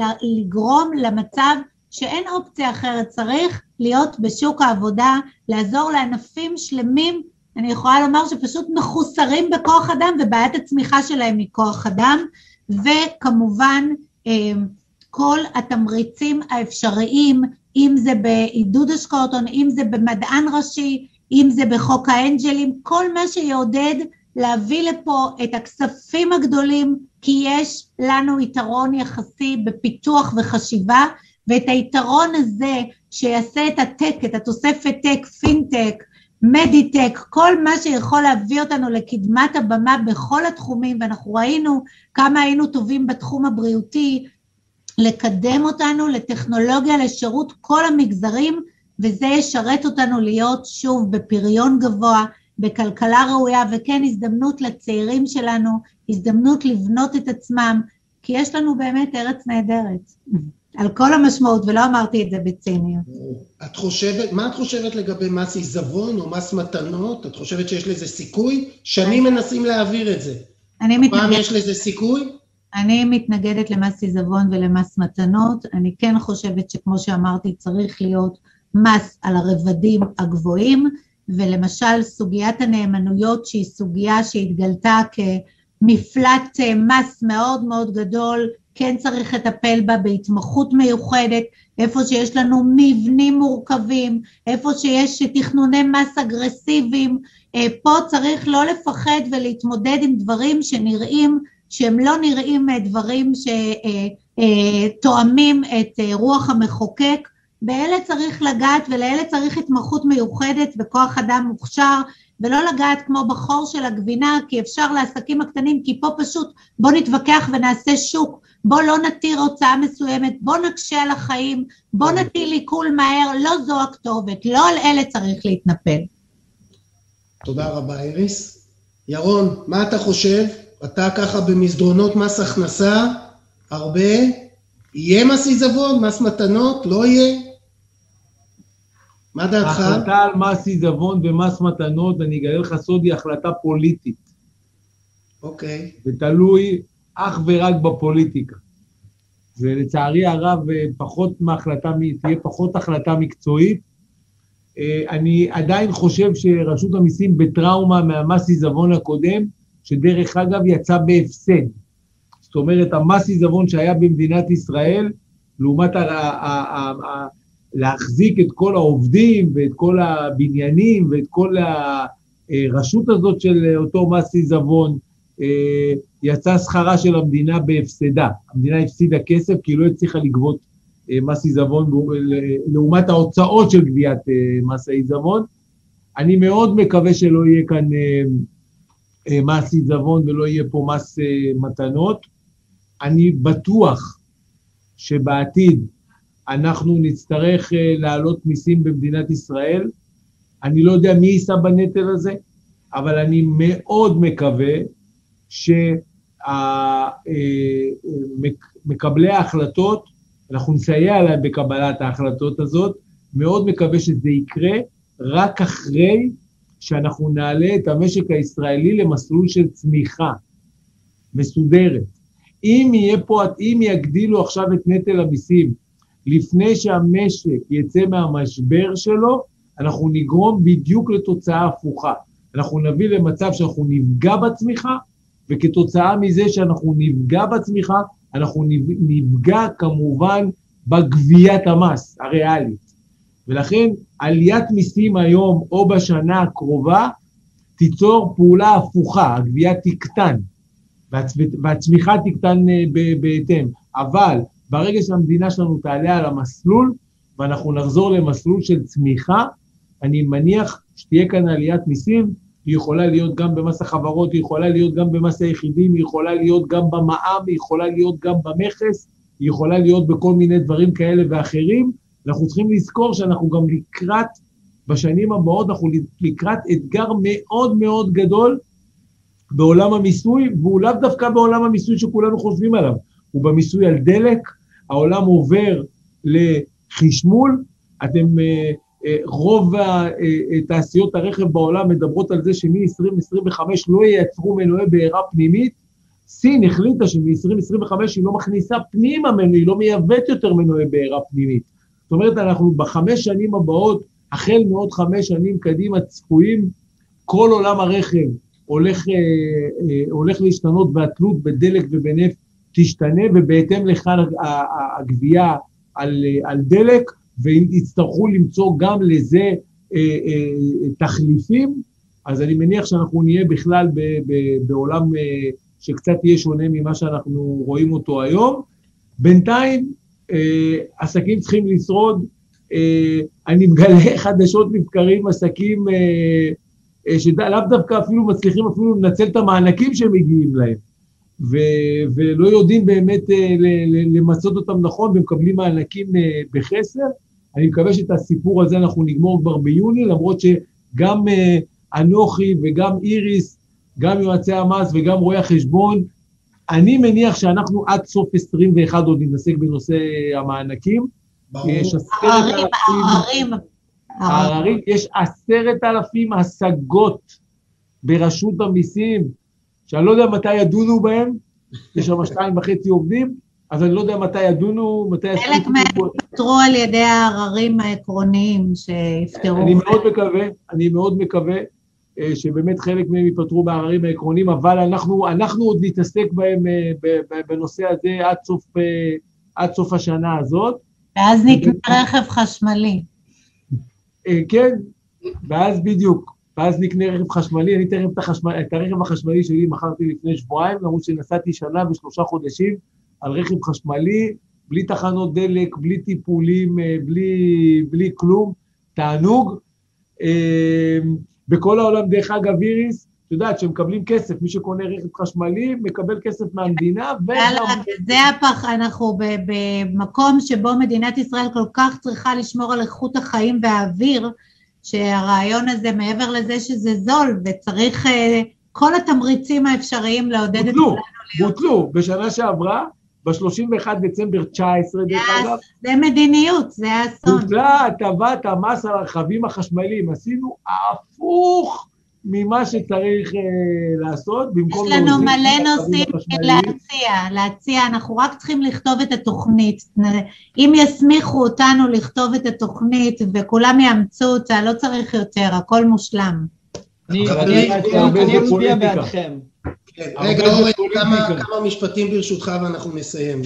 לגרום למצב שאין אופציה אחרת, צריך להיות בשוק העבודה, לעזור לענפים שלמים, אני יכולה לומר שפשוט מחוסרים בכוח אדם, ובעיית הצמיחה שלהם מכוח אדם, וכמובן כל התמריצים האפשריים, אם זה בעידוד השקעות הון, אם זה במדען ראשי, אם זה בחוק האנג'לים, כל מה שיעודד להביא לפה את הכספים הגדולים, כי יש לנו יתרון יחסי בפיתוח וחשיבה, ואת היתרון הזה שיעשה את הטק, את התוספת טק, פינטק, מדיטק, כל מה שיכול להביא אותנו לקדמת הבמה בכל התחומים, ואנחנו ראינו כמה היינו טובים בתחום הבריאותי, לקדם אותנו לטכנולוגיה, לשירות כל המגזרים, וזה ישרת אותנו להיות שוב בפריון גבוה, בכלכלה ראויה, וכן הזדמנות לצעירים שלנו, הזדמנות לבנות את עצמם, כי יש לנו באמת ארץ נהדרת, על כל המשמעות, ולא אמרתי את זה בציניות. מה את חושבת לגבי מס עיזבון או מס מתנות? את חושבת שיש לזה סיכוי? שנים מנסים להעביר את זה. פעם יש לזה סיכוי? אני מתנגדת למס עיזבון ולמס מתנות, אני כן חושבת שכמו שאמרתי צריך להיות מס על הרבדים הגבוהים, ולמשל סוגיית הנאמנויות שהיא סוגיה שהתגלתה כמפלט מס מאוד מאוד גדול, כן צריך לטפל בה בהתמחות מיוחדת, איפה שיש לנו מבנים מורכבים, איפה שיש תכנוני מס אגרסיביים, פה צריך לא לפחד ולהתמודד עם דברים שנראים, שהם לא נראים דברים שתואמים את רוח המחוקק, באלה צריך לגעת ולאלה צריך התמחות מיוחדת וכוח אדם מוכשר, ולא לגעת כמו בחור של הגבינה, כי אפשר לעסקים הקטנים, כי פה פשוט בוא נתווכח ונעשה שוק, בוא לא נתיר הוצאה מסוימת, בוא נקשה על החיים, בוא נטיל עיקול מהר, לא זו הכתובת, לא על אלה צריך להתנפל. תודה רבה איריס. ירון, מה אתה חושב? אתה ככה במסדרונות מס הכנסה, הרבה, יהיה מס עיזבון, מס מתנות, לא יהיה? מה דעתך? ההחלטה על מס עיזבון ומס מתנות, אני אגלה לך סוד, היא החלטה פוליטית. אוקיי. ותלוי אך ורק בפוליטיקה. ולצערי הרב, תהיה פחות החלטה מקצועית. אני עדיין חושב שרשות המיסים בטראומה מהמס עיזבון הקודם, שדרך אגב יצא בהפסד. זאת אומרת, המס עיזבון שהיה במדינת ישראל, לעומת להחזיק את כל העובדים ואת כל הבניינים ואת כל הרשות הזאת של אותו מס עיזבון, יצא שכרה של המדינה בהפסדה. המדינה הפסידה כסף כי לא הצליחה לגבות מס עיזבון לעומת ההוצאות של גביית מס העיזבון. אני מאוד מקווה שלא יהיה כאן מס עיזבון ולא יהיה פה מס מתנות. אני בטוח שבעתיד אנחנו נצטרך להעלות מיסים במדינת ישראל. אני לא יודע מי יישא בנטל הזה, אבל אני מאוד מקווה שמקבלי ההחלטות, אנחנו נסייע להם בקבלת ההחלטות הזאת, מאוד מקווה שזה יקרה רק אחרי שאנחנו נעלה את המשק הישראלי למסלול של צמיחה מסודרת. אם יגדילו עכשיו את נטל המיסים, לפני שהמשק יצא מהמשבר שלו, אנחנו נגרום בדיוק לתוצאה הפוכה. אנחנו נביא למצב שאנחנו נפגע בצמיחה, וכתוצאה מזה שאנחנו נפגע בצמיחה, אנחנו נפגע כמובן בגביית המס הריאלית. ולכן עליית מיסים היום או בשנה הקרובה, תיצור פעולה הפוכה, הגבייה תקטן, והצמיחה תקטן בהתאם. אבל ברגע שהמדינה שלנו תעלה על המסלול, ואנחנו נחזור למסלול של צמיחה, אני מניח שתהיה כאן עליית מיסים, היא יכולה להיות גם במס החברות, היא יכולה להיות גם במס היחידים, היא יכולה להיות גם במע"מ, היא יכולה להיות גם במכס, היא יכולה להיות בכל מיני דברים כאלה ואחרים. אנחנו צריכים לזכור שאנחנו גם לקראת, בשנים הבאות, אנחנו לקראת אתגר מאוד מאוד גדול בעולם המיסוי, והוא לאו דווקא בעולם המיסוי שכולנו חושבים עליו, הוא במיסוי על דלק, העולם עובר לחשמול, רוב תעשיות הרכב בעולם מדברות על זה שמ-2025 לא ייצרו מנועי בעירה פנימית, סין החליטה שמ-2025 היא לא מכניסה פנימה מנועי, היא לא מייבאת יותר מנועי בעירה פנימית. זאת אומרת, אנחנו בחמש שנים הבאות, החל מעוד 5 שנים קדימה צפויים, כל עולם הרכב הולך להשתנות, והתלות בדלק ובנפט תשתנה, ובהתאם לכאן הגבייה על דלק, ויצטרכו למצוא גם לזה תחליפים. אז אני מניח שאנחנו נהיה בכלל בעולם שקצת יהיה שונה ממה שאנחנו רואים אותו היום. בינתיים עסקים צריכים לשרוד, אני מגלה חדשות לבקרים עסקים שלאו דווקא אפילו מצליחים אפילו לנצל את המענקים שמגיעים להם, ולא יודעים באמת למצות אותם נכון, ומקבלים מענקים בחסר. אני מקווה שאת הסיפור הזה אנחנו נגמור כבר ביוני, למרות שגם אנוכי וגם איריס, גם יועצי המס וגם רואי החשבון, אני מניח שאנחנו עד סוף 21 עוד נתעסק בנושא המענקים. יש 10,000 השגות ברשות המיסים, שאני לא יודע מתי ידונו בהם, יש שם 2.5 עובדים, אז אני לא יודע מתי ידונו, חלק מהם יפתרו על ידי העררים העקרוניים שיפתרו. אני מאוד מקווה שבאמת חלק מהם יפתרו בעררים העקרוניים, אבל אנחנו עוד נתעסק בהם בנושא הזה עד סוף השנה הזאת. ואז נקנה רכב חשמלי. כן, ואז בדיוק, ואז נקנה רכב חשמלי. אני את הרכב החשמלי שלי מכרתי לפני שבועיים, למרות שנסעתי שנה ו3 חודשים על רכב חשמלי, בלי תחנות דלק, בלי טיפולים, בלי כלום, תענוג. בכל העולם, דרך אגב, איריס, את יודעת שמקבלים כסף, מי שקונה רכב חשמלי מקבל כסף מהמדינה. זה הפח, אנחנו במקום שבו מדינת ישראל כל כך צריכה לשמור על איכות החיים והאוויר, שהרעיון הזה מעבר לזה שזה זול, וצריך כל התמריצים האפשריים לעודד את כולנו להיות. בוטלו, בשנה שעברה, ב-31 דצמבר 19, דרך אגב. זה מדיניות, זה האסון. בוטלה הטבת המס על הרכבים החשמליים, עשינו הפוך ממה שצריך לעשות, יש לנו מלא נושאים להציע, אנחנו רק צריכים לכתוב את התוכנית, אם יסמיכו אותנו לכתוב את התוכנית וכולם יאמצו אותה, לא צריך יותר, הכל מושלם. אני מצביע בעדכם. רגע, אורן, כמה משפטים ברשותך ואנחנו נסיים.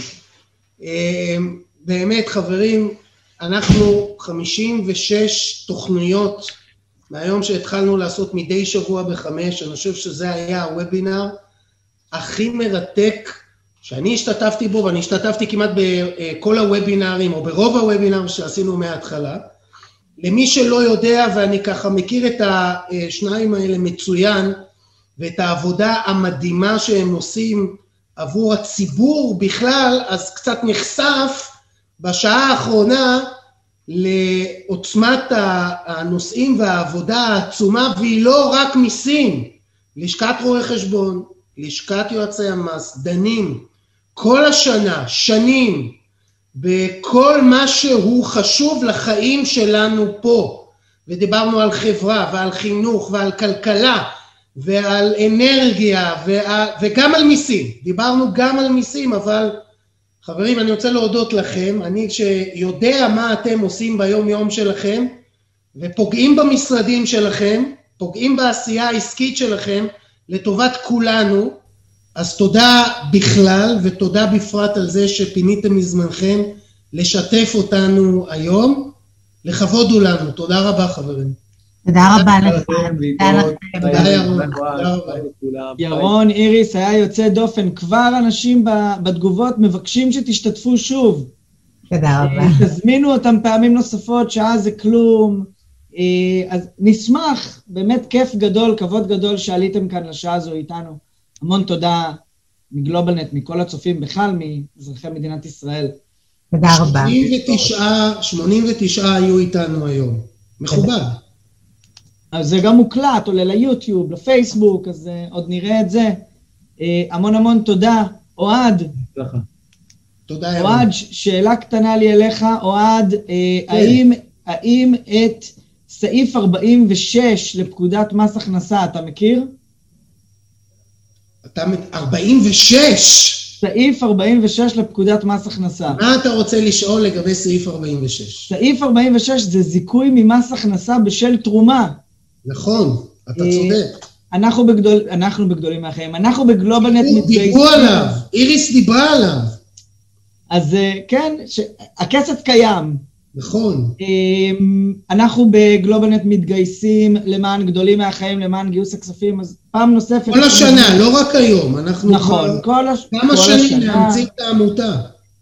באמת, חברים, אנחנו 56 תוכניות מהיום שהתחלנו לעשות מדי שבוע ב5, אני חושב שזה היה הוובינר הכי מרתק שאני השתתפתי בו, ואני השתתפתי כמעט בכל הוובינרים, או ברוב הוובינר שעשינו מההתחלה. למי שלא יודע, ואני ככה מכיר את השניים האלה מצוין, ואת העבודה המדהימה שהם עושים עבור הציבור בכלל, אז קצת נחשף בשעה האחרונה לעוצמת הנושאים והעבודה העצומה, והיא לא רק מיסים, לשכת רואי חשבון, לשכת יועצי המס, דנים, כל השנה, שנים, בכל מה שהוא חשוב לחיים שלנו פה, ודיברנו על חברה ועל חינוך ועל כלכלה, ועל אנרגיה, וגם על מיסים, דיברנו גם על מיסים, אבל חברים, אני רוצה להודות לכם, אני שיודע מה אתם עושים ביום יום שלכם, ופוגעים במשרדים שלכם, פוגעים בעשייה העסקית שלכם, לטובת כולנו, אז תודה בכלל, ותודה בפרט על זה שפיניתם מזמנכם, לשתף אותנו היום, לכבוד הוא לנו, תודה רבה חברים. תודה רבה לכם. ירון, איריס, היה יוצא דופן, כבר אנשים בתגובות מבקשים שתשתתפו שוב. תודה רבה. תזמינו אותם פעמים נוספות, שעה זה כלום, אז נשמח, באמת כיף גדול, כבוד גדול שעליתם כאן לשעה הזו איתנו. המון תודה מגלובלנט, מכל הצופים בכלל, מאזרחי מדינת ישראל. תודה רבה. 89 היו איתנו היום, מכובד. אז זה גם מוקלט, עולה ליוטיוב, לפייסבוק, אז עוד נראה את זה. המון המון תודה. אוהד. תודה ירון. אוהד, שאלה קטנה לי אליך, אוהד, האם את סעיף 46 לפקודת מס הכנסה, אתה מכיר? 46? סעיף 46 לפקודת מס הכנסה. מה אתה רוצה לשאול לגבי סעיף 46? סעיף 46 זה זיכוי ממס הכנסה בשל תרומה. נכון, אתה צודק. אנחנו בגדולים מהחיים, אנחנו בגלובלנט מתגייסים. דיברו עליו, איריס דיברה עליו. אז כן, הכסף קיים. נכון. אנחנו בגלובלנט מתגייסים למען גדולים מהחיים, למען גיוס הכספים, אז פעם נוספת... כל השנה, לא רק היום, אנחנו... נכון, כמה שנים להמציא את העמותה.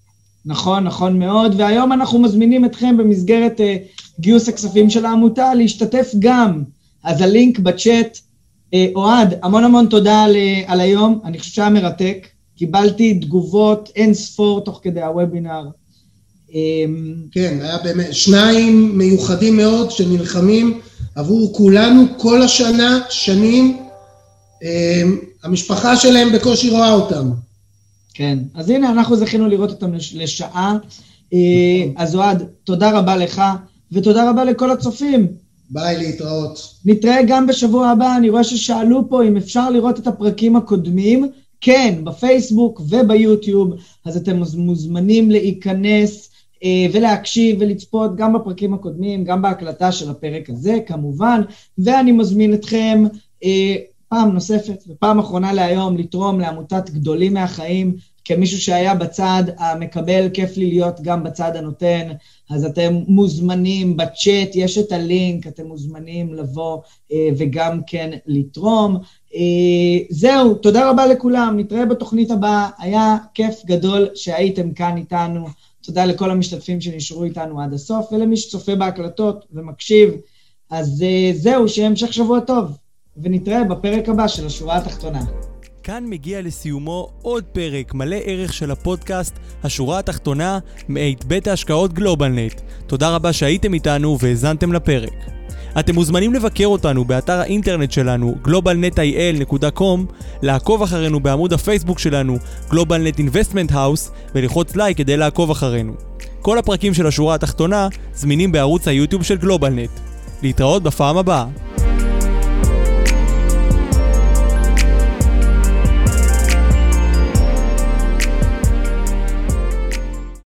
נכון, נכון מאוד, והיום אנחנו מזמינים אתכם במסגרת גיוס הכספים של העמותה להשתתף גם, אז הלינק בצ'אט. אוהד, המון תודה על היום, אני חושב שהיה מרתק, קיבלתי תגובות אין ספור תוך כדי הוובינר. כן, היה באמת 2 מיוחדים מאוד שנלחמים עבור כולנו כל השנה, שנים, המשפחה שלהם בקושי רואה אותם. כן, אז הנה אנחנו זכינו לראות אותם לשעה, אז אוהד, תודה רבה לך, ותודה רבה לכל הצופים. ביי, להתראות. נתראה גם בשבוע הבא, אני רואה ששאלו פה אם אפשר לראות את הפרקים הקודמים, כן, בפייסבוק וביוטיוב, אז אתם מוזמנים להיכנס ולהקשיב ולצפות גם בפרקים הקודמים, גם בהקלטה של הפרק הזה, כמובן, ואני מזמין אתכם פעם נוספת ופעם אחרונה להיום לתרום לעמותת גדולים מהחיים, כמישהו שהיה בצד המקבל, כיף לי להיות גם בצד הנותן, אז אתם מוזמנים בצ'אט, יש את הלינק, אתם מוזמנים לבוא וגם כן לתרום. זהו, תודה רבה לכולם, נתראה בתוכנית הבאה, היה כיף גדול שהייתם כאן איתנו, תודה לכל המשתתפים שנשארו איתנו עד הסוף, ולמי שצופה בהקלטות ומקשיב, אז זהו, שיהיה המשך שבוע טוב, ונתראה בפרק הבא של השורה התחתונה. כאן מגיע לסיומו עוד פרק מלא ערך של הפודקאסט השורה התחתונה מאת בית ההשקעות גלובלנט. תודה רבה שהייתם איתנו והזנתם לפרק. אתם מוזמנים לבקר אותנו באתר האינטרנט שלנו globalnetil.com, לעקוב אחרינו בעמוד הפייסבוק שלנו GlobalNet Investment House ולחוץ לייק כדי לעקוב אחרינו. כל הפרקים של השורה התחתונה זמינים בערוץ היוטיוב של גלובלנט. להתראות בפעם הבאה.